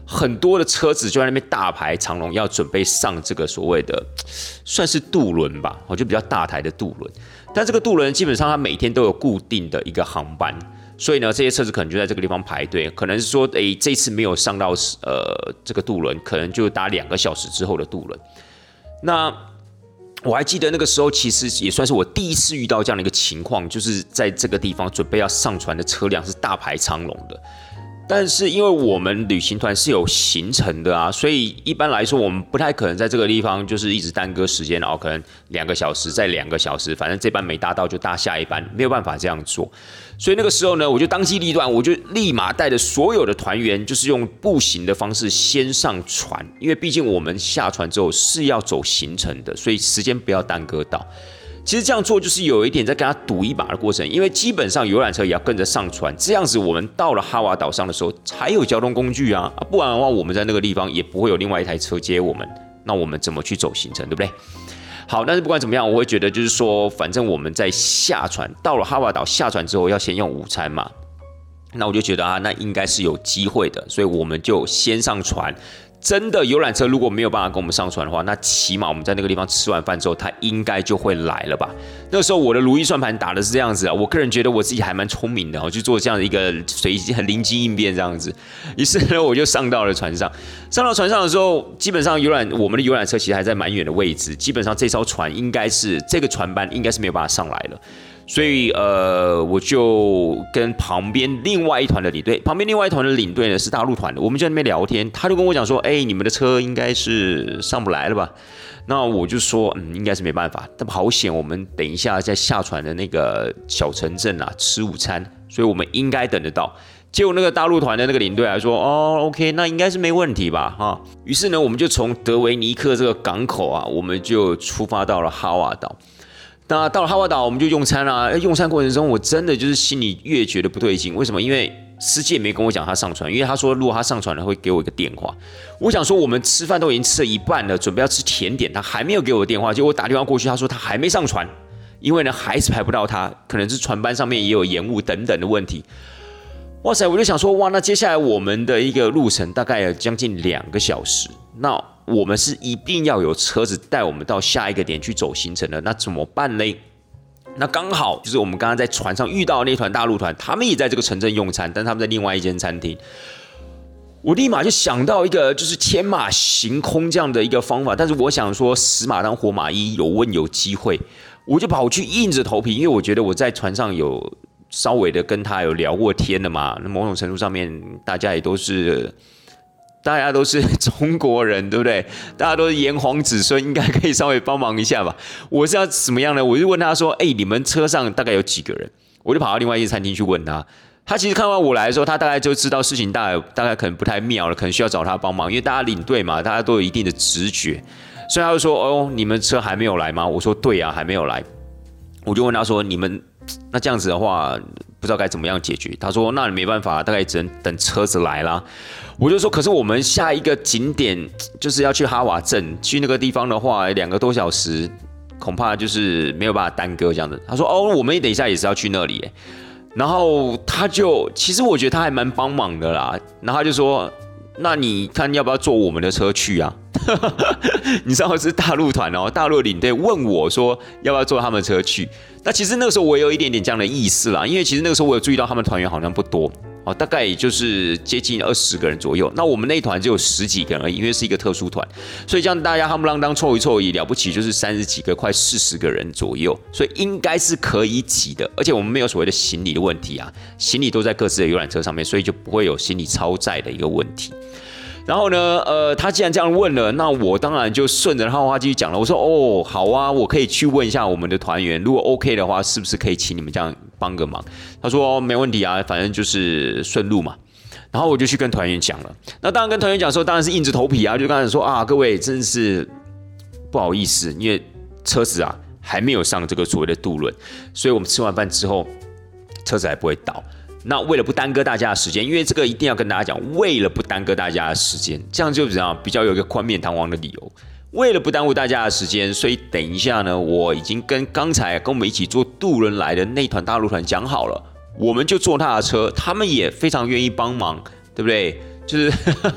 很多的车子就在那边大排长龙，要准备上这个所谓的算是渡轮吧，就比较大台的渡轮。但这个渡轮基本上它每天都有固定的一个航班，所以呢，这些车子可能就在这个地方排队。可能是说，这次没有上到这个渡轮，可能就搭2个小时之后的渡轮。那我还记得那个时候，其实也算是我第一次遇到这样的一个情况，就是在这个地方准备要上船的车辆是大排长龙的。但是因为我们旅行团是有行程的啊，所以一般来说我们不太可能在这个地方就是一直耽搁时间，然后可能2个小时再2个小时，反正这班没搭到就搭下一班，没有办法这样做。所以那个时候呢，我就当机立断，我就立马带着所有的团员，就是用步行的方式先上船，因为毕竟我们下船之后是要走行程的，所以时间不要耽搁到。其实这样做就是有一点在跟他赌一把的过程，因为基本上游览车也要跟着上船，这样子我们到了哈瓦岛上的时候才有交通工具啊，不然的话我们在那个地方也不会有另外一台车接我们，那我们怎么去走行程，对不对？好，但是不管怎么样，我会觉得就是说，反正我们在下船到了哈瓦岛下船之后要先用午餐嘛，那我就觉得那应该是有机会的，所以我们就先上船。真的游览车如果没有办法跟我们上船的话，那起码我们在那个地方吃完饭之后，他应该就会来了吧？那时候我的如意算盘打的是这样子啊，我个人觉得我自己还蛮聪明的，我去做这样的一个随机很灵机应变这样子。于是呢，我就上到了船上。上到船上的时候，基本上我们的游览车其实还在蛮远的位置，基本上这艘船这个船班应该是没有办法上来了。所以我就跟旁边另外一团的领队呢是大陆团的，我们就在那边聊天，他就跟我讲说，你们的车应该是上不来了吧？那我就说，应该是没办法，但好险，我们等一下在下船的那个小城镇啊吃午餐，所以我们应该等得到。结果那个大陆团的那个领队还说，OK， 那应该是没问题吧，哈。于是呢，我们就从德维尼克这个港口啊，我们就出发到了哈瓦岛。那到了哈瓦岛，我们就用餐啊。用餐过程中，我真的就是心里越觉得不对劲。为什么？因为司机也没跟我讲他上船，因为他说如果他上船了会给我一个电话。我想说我们吃饭都已经吃了一半了，准备要吃甜点，他还没有给我电话。结果我打电话过去，他说他还没上船，因为呢还是排不到他，可能是船班上面也有延误等等的问题。哇塞，我就想说哇，那接下来我们的一个路程大概有将近2个小时，那我们是一定要有车子带我们到下一个点去走行程的，那怎么办呢？那刚好就是我们刚刚在船上遇到的那团大陆团，他们也在这个城镇用餐，但他们在另外一间餐厅。我立马就想到一个就是天马行空这样的一个方法，但是我想说死马当活马医，有问有机会，我就跑去硬着头皮，因为我觉得我在船上有稍微的跟他有聊过天的嘛，那某种程度上面大家都是中国人，对不对？大家都是炎黄子孙，应该可以稍微帮忙一下吧。我是要怎么样呢？我就问他说：“你们车上大概有几个人？”我就跑到另外一间餐厅去问他。他其实看完我来的时候，他大概就知道事情大概可能不太妙了，可能需要找他帮忙，因为大家领队嘛，大家都有一定的直觉。所以他就说：“你们车还没有来吗？”我说：“对啊，还没有来。”我就问他说：“你们那这样子的话，不知道该怎么样解决？”他说：“那你没办法，大概只能等车子来啦。”我就说，可是我们下一个景点就是要去哈瓦镇，去那个地方的话，2个多小时，恐怕就是没有办法耽搁这样子。他说，我们等一下也是要去那里。然后其实我觉得他还蛮帮忙的啦。然后他就说，那你看要不要坐我们的车去啊？你知道是大陆团哦，大陆领队问我说要不要坐他们的车去。那其实那个时候我也有一点点这样的意思啦，因为其实那个时候我有注意到他们团员好像不多。大概也就是接近20个人左右。那我们那一团只有10几个人而已，因为是一个特殊团，所以这样大家夯不啷当凑一凑也了不起，就是30几个，快40个人左右，所以应该是可以挤的。而且我们没有所谓的行李的问题啊，行李都在各自的游览车上面，所以就不会有行李超载的一个问题。然后呢，他既然这样问了，那我当然就顺着他的话继续讲了。我说，好啊，我可以去问一下我们的团员，如果 OK 的话，是不是可以请你们这样帮个忙？他说，没问题啊，反正就是顺路嘛。然后我就去跟团员讲了。那当然跟团员讲的时候，当然是硬着头皮啊，就跟他说各位真是不好意思，因为车子啊还没有上这个所谓的渡轮，所以我们吃完饭之后，车子还不会到。那为了不耽搁大家的时间，因为这个一定要跟大家讲，为了不耽搁大家的时间，这样就比较有一个冠冕堂皇的理由。为了不耽误大家的时间，所以等一下呢，我已经跟刚才跟我们一起坐渡轮来的那团大陆团讲好了，我们就坐他的车，他们也非常愿意帮忙，对不对？就是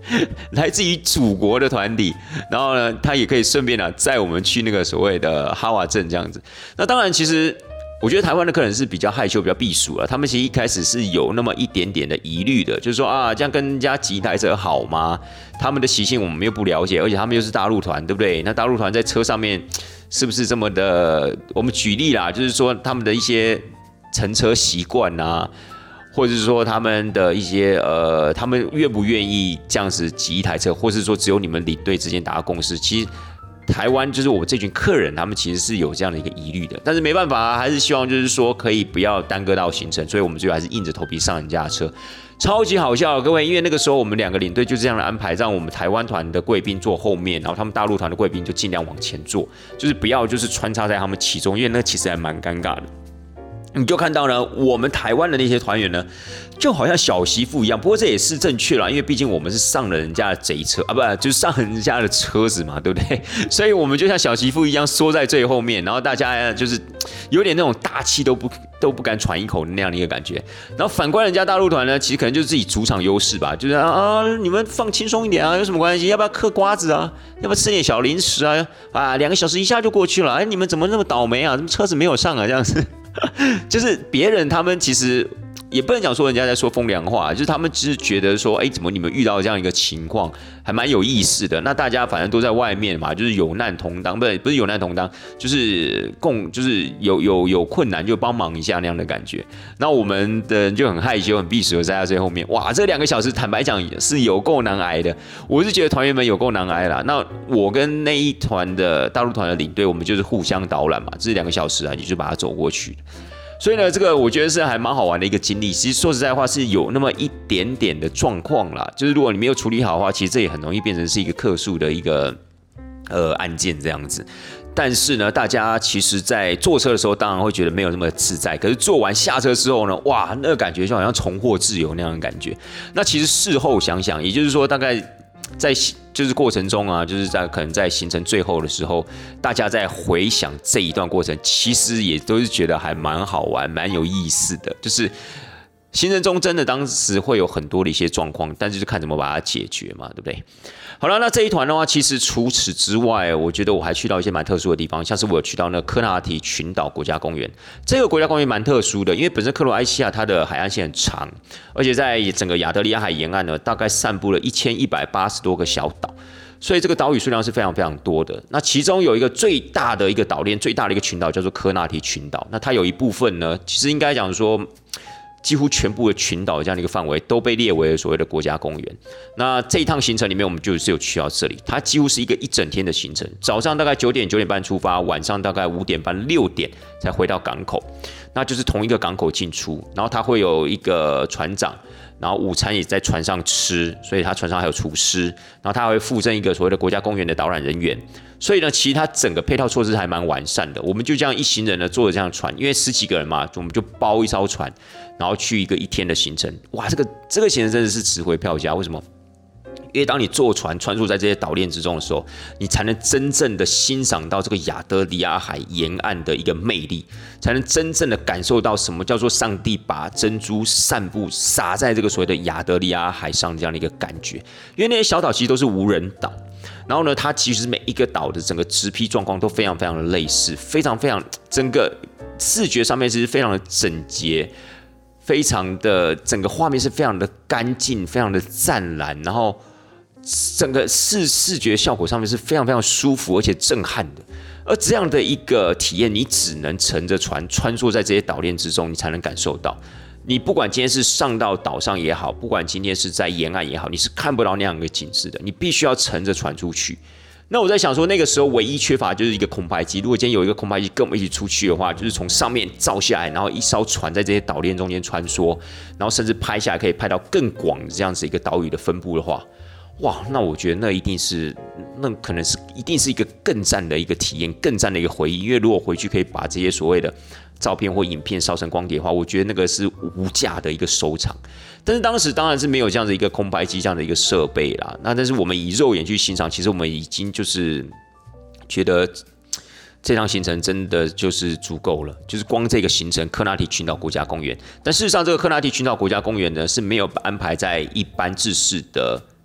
来自于祖国的团体，然后呢，他也可以顺便载我们去那个所谓的哈瓦镇这样子。那当然，其实我觉得台湾的客人是比较害羞、比较避暑了。他们其实一开始是有那么一点点的疑虑的，就是说啊，这样跟人家挤一台车好吗？他们的习性我们又不了解，而且他们又是大陆团，对不对？那大陆团在车上面是不是这么的？我们举例啦，就是说他们的一些乘车习惯啊。或者是说他们的一些他们愿不愿意这样子挤一台车，或是说只有你们领队之间达到共识？其实台湾就是我这群客人，他们其实是有这样的一个疑虑的，但是没办法，还是希望就是说可以不要耽搁到行程，所以我们最后还是硬着头皮上人家的车，超级好笑，各位，因为那个时候我们2个领队就这样的安排，让我们台湾团的贵宾坐后面，然后他们大陆团的贵宾就尽量往前坐，就是不要就是穿插在他们其中，因为那其实还蛮尴尬的。你就看到呢，我们台湾的那些团员呢，就好像小媳妇一样。不过这也是正确啦，因为毕竟我们是上了人家的贼车啊，不就是上人家的车子嘛，对不对？所以我们就像小媳妇一样缩在最后面，然后大家就是有点那种大气都不敢喘一口的那样的一个感觉。然后反观人家大陆团呢，其实可能就是自己主场优势吧，就是你们放轻松一点啊，有什么关系？要不要嗑瓜子啊？要不要吃点小零食啊？2个小时一下就过去了。你们怎么那么倒霉啊？怎么车子没有上啊？这样子。就是别人他们其实也不能讲说人家在说风凉话，就是他们只是觉得说，怎么你们遇到这样一个情况，还蛮有意思的。那大家反正都在外面嘛，就是有难同当，不是有难同当，就是就是有困难就帮忙一下那样的感觉。那我们的人就很害羞、很避暑的在他最后面。哇，这2个小时坦白讲是有够难挨的。我是觉得团员们有够难挨啦。那我跟那一团的大陆团的领队，我们就是互相导览嘛，这2个小时啊，你就把它走过去。所以呢，这个我觉得是还蛮好玩的一个经历。其实说实在话，是有那么一点点的状况啦，就是如果你没有处理好的话，其实这也很容易变成是一个客诉的一个案件这样子。但是呢，大家其实在坐车的时候，当然会觉得没有那么自在。可是坐完下车之后呢，哇，那个感觉就好像重获自由那样的感觉。那其实事后想想，也就是说，大概在就是过程中啊，就是可能在行程最后的时候，大家在回想这一段过程，其实也都是觉得还蛮好玩、蛮有意思的。就是行程中真的当时会有很多的一些状况，但是就看怎么把它解决嘛，对不对？好了，那这一团的话，其实除此之外，我觉得我还去到一些蛮特殊的地方，像是我有去到那个科纳提群岛国家公园。这个国家公园蛮特殊的，因为本身克罗埃西亚它的海岸线很长，而且在整个亚得里亚海沿岸呢，大概散布了1180多个小岛。所以这个岛屿数量是非常非常多的。那其中有一个最大的一个岛链，最大的一个群岛叫做科纳提群岛。那它有一部分呢，其实应该讲说，几乎全部的群岛这样的一个范围都被列为所谓的国家公园。那这一趟行程里面，我们就是有去到这里，它几乎是一整天的行程。早上大概9点、9点半出发，晚上大概5点半、6点才回到港口。那就是同一个港口进出，然后它会有一个船长。然后午餐也在船上吃，所以他船上还有厨师，然后他还会附赠一个所谓的国家公园的导览人员，所以呢，其实他整个配套措施还蛮完善的。我们就这样一行人呢坐着这样船，因为10几个人嘛，我们就包一艘船，然后去一天的行程。哇，这个行程真的是值回票价，为什么？因为当你坐船穿梭在这些岛链之中的时候，你才能真正的欣赏到这个亚得里亚海沿岸的一个魅力，才能真正的感受到什么叫做上帝把珍珠散布撒在这个所谓的亚得里亚海上这样的一个感觉。因为那些小岛其实都是无人岛，然后呢，它其实每一个岛的整个植被状况都非常非常的类似，非常非常整个视觉上面是非常的整洁。非常的整个画面是非常的干净，非常的湛蓝，然后整个视觉效果上面是非常非常舒服而且震撼的。而这样的一个体验，你只能乘着船穿梭在这些岛链之中，你才能感受到。你不管今天是上到岛上也好，不管今天是在沿岸也好，你是看不到那样一个景致的。你必须要乘着船出去。那我在想说，那个时候唯一缺乏就是一个空拍机。如果今天有一个空拍机跟我们一起出去的话，就是从上面照下来，然后一艘船在这些岛链中间穿梭，然后甚至拍下来可以拍到更广的这样子一个岛屿的分布的话，哇，那我觉得那可能是一定是一个更赞的一个体验，更赞的一个回忆。因为如果回去可以把这些所谓的照片或影片烧成光碟的话，我觉得那个是无价的一个收藏。但是当时当然是没有这样的一个空拍机这样的一个设备啦。那但是我们以肉眼去欣赏，其实我们已经就是觉得这趟行程真的就是足够了，就是光这个行程科纳提群岛国家公园。但事实上，这个科纳提群岛国家公园呢是没有安排在一般制式的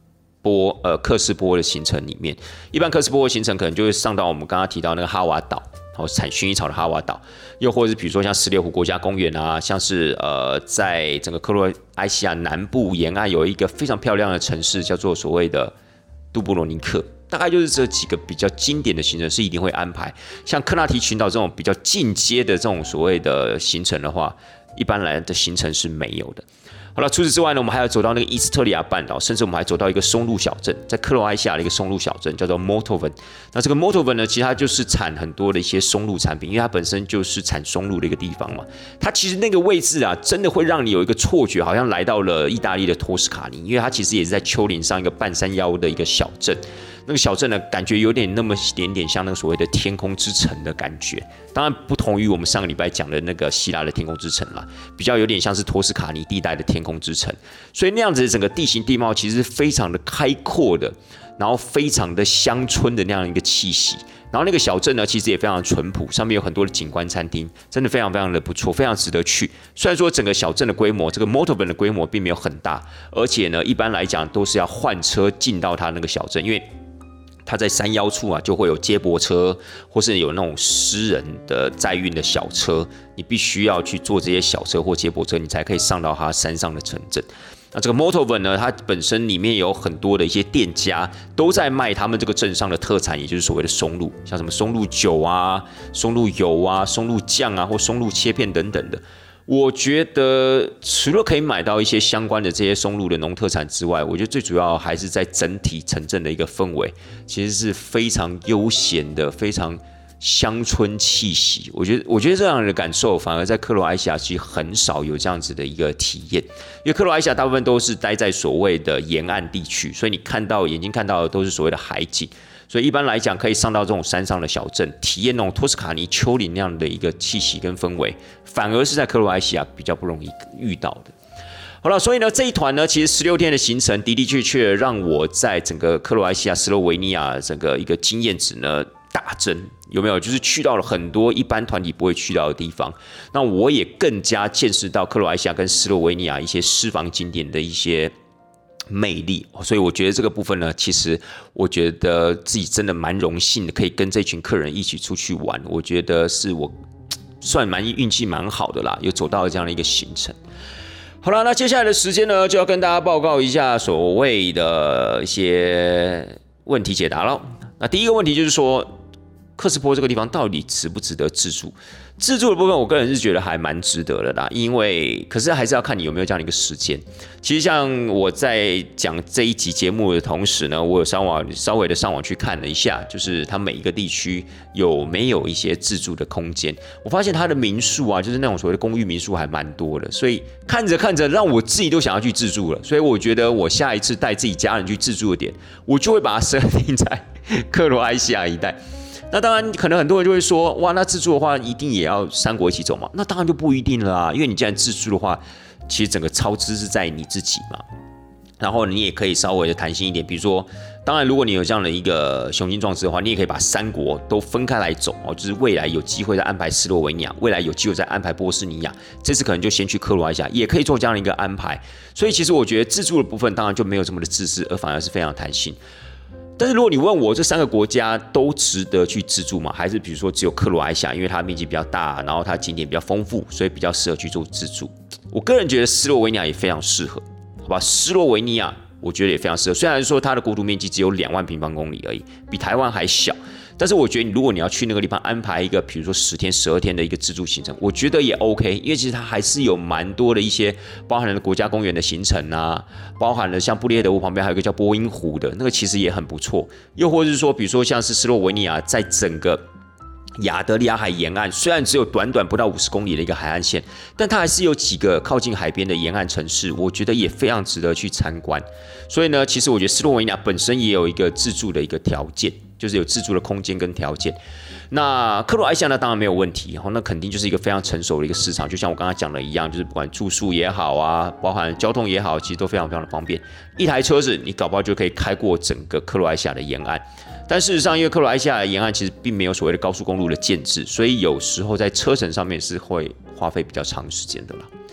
克斯波的行程里面，一般克斯波的行程可能就会上到我们刚刚提到那个哈瓦岛，产薰衣草的哈瓦岛，又或者是比如说像十六湖国家公园啊，像是在整个克罗埃西亚南部沿岸有一个非常漂亮的城市，叫做所谓的杜布罗尼克。大概就是这几个比较经典的行程是一定会安排。像科纳提群岛这种比较进阶的这种所谓的行程的话，一般来的行程是没有的。好了，除此之外呢，我们还要走到那个伊斯特里亚半岛，甚至我们还走到一个松露小镇，在克罗埃西亚的一个松露小镇，叫做 Motovan。那这个 Motovan 呢，其实它就是产很多的一些松露产品，因为它本身就是产松露的一个地方嘛。它其实那个位置啊，真的会让你有一个错觉，好像来到了意大利的托斯卡尼，因为它其实也是在丘陵上一个半山腰的一个小镇。那个小镇呢，感觉有点那么一点点像那个所谓的天空之城的感觉，当然不同于我们上个礼拜讲的那个希腊的天空之城啦，比较有点像是托斯卡尼地带的天空之城，所以那样子的整个地形地貌其实是非常的开阔的，然后非常的乡村的那样一个气息。然后那个小镇呢，其实也非常淳朴，上面有很多的景观餐厅，真的非常非常的不错，非常值得去。虽然说整个小镇的规模，这个 Motovan 的规模并没有很大，而且呢，一般来讲都是要换车进到它那个小镇，因为它在山腰处啊，就会有接驳车，或是有那种私人的载运的小车，你必须要去坐这些小车或接驳车，你才可以上到它山上的城镇。那这个 Motovan 呢，它本身里面有很多的一些店家都在卖他们这个镇上的特产，也就是所谓的松露，像什么松露酒啊、松露油啊、松露酱啊，或松露切片等等的。我觉得除了可以买到一些相关的这些松露的农特产之外，我觉得最主要还是在整体城镇的一个氛围，其实是非常悠闲的，非常乡村气息。我觉得这样的感受，反而在克罗埃西亚其实很少有这样子的一个体验，因为克罗埃西亚大部分都是待在所谓的沿岸地区，所以你眼睛看到的都是所谓的海景。所以一般来讲，可以上到这种山上的小镇，体验那种托斯卡尼丘陵那样的一个气息跟氛围，反而是在克罗埃西亚比较不容易遇到的。好了，所以呢，这一团呢，其实16天的行程的的确确让我在整个克罗埃西亚、斯洛维尼亚整个一个经验值呢大增。有没有？就是去到了很多一般团体不会去到的地方，那我也更加见识到克罗埃西亚跟斯洛维尼亚一些私房景点的一些魅力，所以我觉得这个部分呢，其实我觉得自己真的蛮荣幸的，可以跟这群客人一起出去玩。我觉得是我算运气蛮好的啦，有走到这样的一个行程。好了，那接下来的时间呢，就要跟大家报告一下所谓的一些问题解答了。那第一个问题就是说，克斯波这个地方到底值不值得自住？自住的部分，我个人是觉得还蛮值得的啦，可是还是要看你有没有这样的一个时间。其实像我在讲这一集节目的同时呢，我有稍微的上网去看了一下，就是它每一个地区有没有一些自住的空间。我发现它的民宿啊，就是那种所谓的公寓民宿还蛮多的，所以看着看着，让我自己都想要去自住了。所以我觉得我下一次带自己家人去自住的点，我就会把它设定在克罗埃西亚一带。那当然，可能很多人就会说，哇，那自助的话，一定也要3国一起走嘛？那当然就不一定了啊，因为你既然自助的话，其实整个超支是在你自己嘛。然后你也可以稍微的弹性一点，比如说，当然如果你有这样的一个雄心壮志的话，你也可以把3国都分开来走哦，就是未来有机会再安排斯洛维尼亚，未来有机会再安排波斯尼亚，这次可能就先去克罗埃西亚，也可以做这样的一个安排。所以其实我觉得自助的部分当然就没有这么的自私，而反而是非常弹性。但是如果你问我这3个国家都值得去自助吗？还是比如说只有克罗埃西亚，因为它面积比较大，然后它景点比较丰富，所以比较适合去做自助？我个人觉得斯洛维尼亚也非常适合，好吧？斯洛维尼亚我觉得也非常适合，虽然说它的国土面积只有2万平方公里而已，比台湾还小。但是我觉得，如果你要去那个地方安排一个，比如说10天、12天的一个自助行程，我觉得也 OK， 因为其实它还是有蛮多的一些包含了国家公园的行程啊，包含了像布列德湖旁边还有一个叫波因湖的那个，其实也很不错。又或者是说，比如说像是斯洛维尼亚在整个亚得里亚海沿岸，虽然只有短不到50公里的一个海岸线，但它还是有几个靠近海边的沿岸城市，我觉得也非常值得去参观。所以呢，其实我觉得斯洛维尼亚本身也有一个自助的一个条件。就是有自助的空间跟条件。那克罗埃西亚呢，当然没有问题，那肯定就是一个非常成熟的一个市场，就像我刚才讲的一样，就是不管住宿也好啊，包含交通也好，其实都非常非常的方便。一台车子你搞不好就可以开过整个克罗埃西亚的沿岸。但事实上，因为克罗埃西亚的沿岸其实并没有所谓的高速公路的建制，所以有时候在车程上面是会花费比较长时间的啦。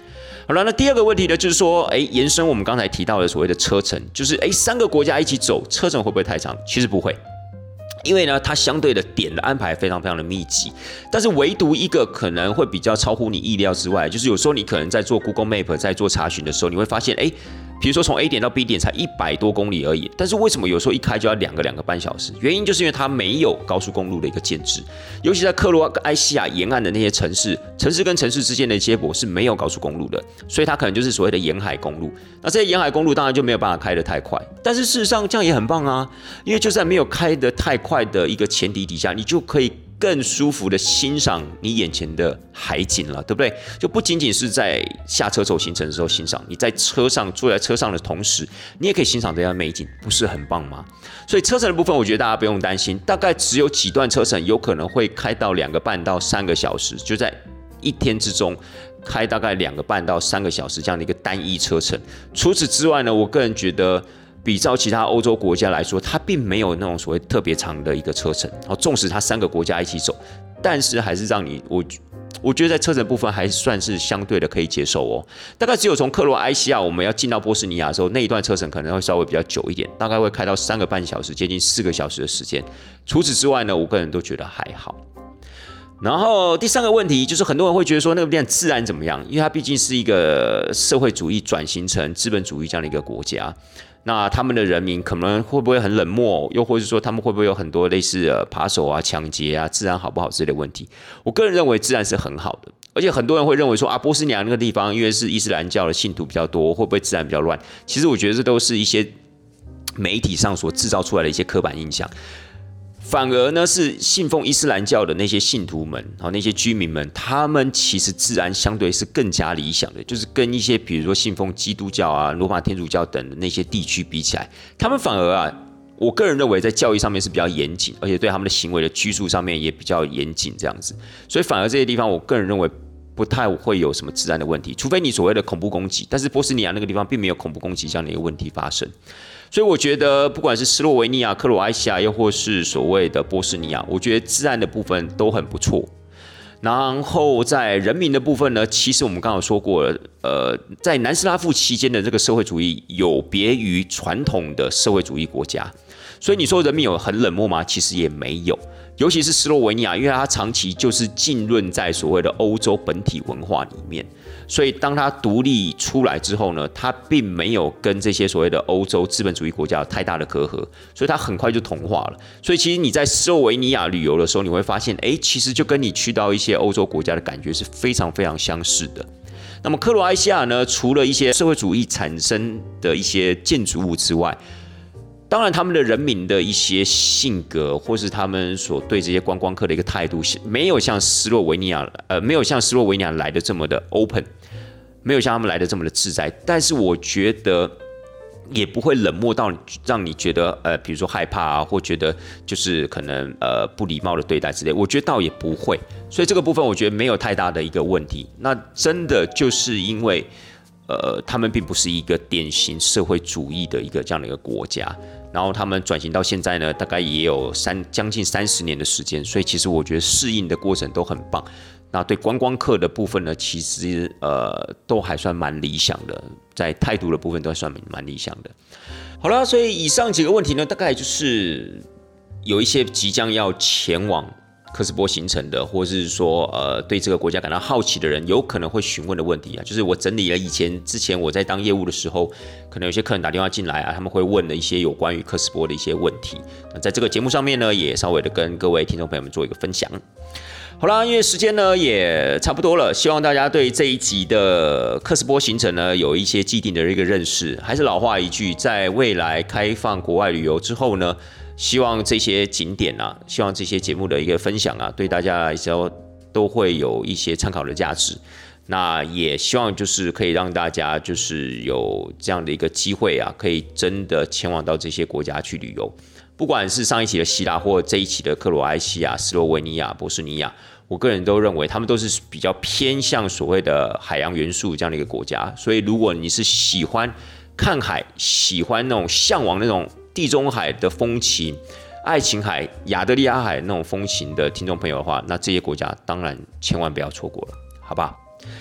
好了，那第二个问题呢，就是说，延伸我们刚才提到的所谓的车程，就是3个国家一起走，车程会不会太长？其实不会。因为呢，它相对的点的安排非常非常的密集，但是唯独一个可能会比较超乎你意料之外，就是有时候你可能在做 Google Map 在做查询的时候，你会发现，比如说从 A 点到 B 点才100多公里而已，但是为什么有时候一开就要2个半小时？原因就是因为它没有高速公路的一个建制，尤其在克罗埃西亚沿岸的那些城市跟城市之间的接驳是没有高速公路的，所以它可能就是所谓的沿海公路。那这些沿海公路当然就没有办法开得太快，但是事实上这样也很棒啊，因为就在没有开得太快的一个前提底下，你就可以更舒服的欣赏你眼前的海景了，对不对？就不仅仅是在下车走行程的时候欣赏，你在车上坐在车上的同时，你也可以欣赏这样美景，不是很棒吗？所以车程的部分，我觉得大家不用担心，大概只有几段车程有可能会开到2个半到3个小时，就在一天之中开大概2个半到3个小时这样的一个单一车程。除此之外呢，我个人觉得，比照其他欧洲国家来说，它并没有那种所谓特别长的一个车程。纵使它3个国家一起走，但是还是让你我觉得在车程部分还算是相对的可以接受哦。大概只有从克罗埃西亚我们要进到波斯尼亚的时候，那一段车程可能会稍微比较久一点，大概会开到3个半小时，接近4个小时的时间。除此之外呢，我个人都觉得还好。然后第3个问题就是很多人会觉得说那个地自然怎么样？因为它毕竟是一个社会主义转型成资本主义这样的一个国家。那他们的人民可能会不会很冷漠，又或是说他们会不会有很多类似扒手啊、抢劫啊、治安好不好之类的问题？我个人认为治安是很好的，而且很多人会认为说波斯尼亚那个地方因为是伊斯兰教的信徒比较多，会不会治安比较乱？其实我觉得这都是一些媒体上所制造出来的一些刻板印象。反而呢，是信奉伊斯兰教的那些信徒们，那些居民们，他们其实治安相对是更加理想的，就是跟一些比如说信奉基督教啊、罗马天主教等的那些地区比起来，他们反而我个人认为在教育上面是比较严谨，而且对他们的行为的拘束上面也比较严谨这样子，所以反而这些地方，我个人认为不太会有什么治安的问题，除非你所谓的恐怖攻击，但是波斯尼亚那个地方并没有恐怖攻击这样的一个问题发生。所以我觉得，不管是斯洛维尼亚、克罗埃西亚，又或是所谓的波斯尼亚，我觉得治安的部分都很不错。然后在人民的部分呢，其实我们刚刚有说过了，在南斯拉夫期间的这个社会主义有别于传统的社会主义国家，所以你说人民有很冷漠吗？其实也没有。尤其是斯洛维尼亚，因为它长期就是浸润在所谓的欧洲本体文化里面，所以当它独立出来之后呢，它并没有跟这些所谓的欧洲资本主义国家有太大的隔阂，所以它很快就同化了。所以其实你在斯洛维尼亚旅游的时候，你会发现，其实就跟你去到一些欧洲国家的感觉是非常非常相似的。那么克罗埃西亚呢，除了一些社会主义产生的一些建筑物之外，当然，他们的人民的一些性格，或是他们所对这些观光客的一个态度，没有像斯洛维尼亚来的这么的 open， 没有像他们来的这么的自在。但是我觉得也不会冷漠到让你觉得比如说害怕啊，或觉得就是可能不礼貌的对待之类，我觉得倒也不会。所以这个部分我觉得没有太大的一个问题。那真的就是因为他们并不是一个典型社会主义的一个这样的一个国家，然后他们转型到现在呢，大概也有将近30年的时间，所以其实我觉得适应的过程都很棒。那对观光客的部分呢，其实都还算蛮理想的，在态度的部分都还算蛮理想的。好了，所以以上几个问题呢，大概就是有一些即将要前往科斯波行程的，或是说对这个国家感到好奇的人，有可能会询问的问题啊，就是我整理了之前我在当业务的时候，可能有些客人打电话进来啊，他们会问的一些有关于科斯波的一些问题。那在这个节目上面呢，也稍微的跟各位听众朋友们做一个分享。好啦，因为时间呢也差不多了，希望大家对这一集的科斯波行程呢有一些既定的一个认识。还是老话一句，在未来开放国外旅游之后呢，希望这些景点啊，希望这些节目的一个分享啊，对大家来说都会有一些参考的价值。那也希望就是可以让大家就是有这样的一个机会啊，可以真的前往到这些国家去旅游。不管是上一期的希腊或这一期的克罗埃西亚、斯洛维尼亚、波斯尼亚，我个人都认为他们都是比较偏向所谓的海洋元素这样的一个国家。所以如果你是喜欢看海、喜欢那种向往那种地中海的风情、爱琴海、亚得里亚海那种风情的听众朋友的话，那这些国家当然千万不要错过了，好吧？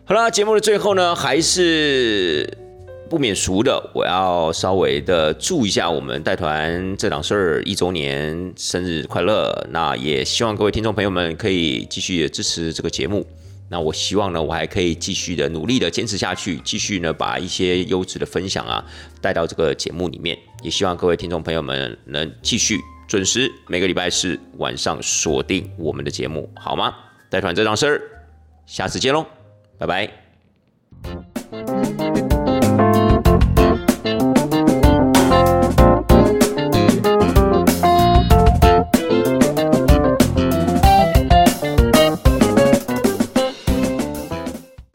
好啦，节目的最后呢，还是不免俗的，我要稍微的祝一下我们带团这档事儿1周年生日快乐。那也希望各位听众朋友们可以继续支持这个节目。那我希望呢，我还可以继续的努力的坚持下去，继续呢把一些优质的分享啊带到这个节目里面。也希望各位听众朋友们能继续准时每个礼拜四晚上锁定我们的节目，好吗？带团这档事儿，下次见喽，拜拜。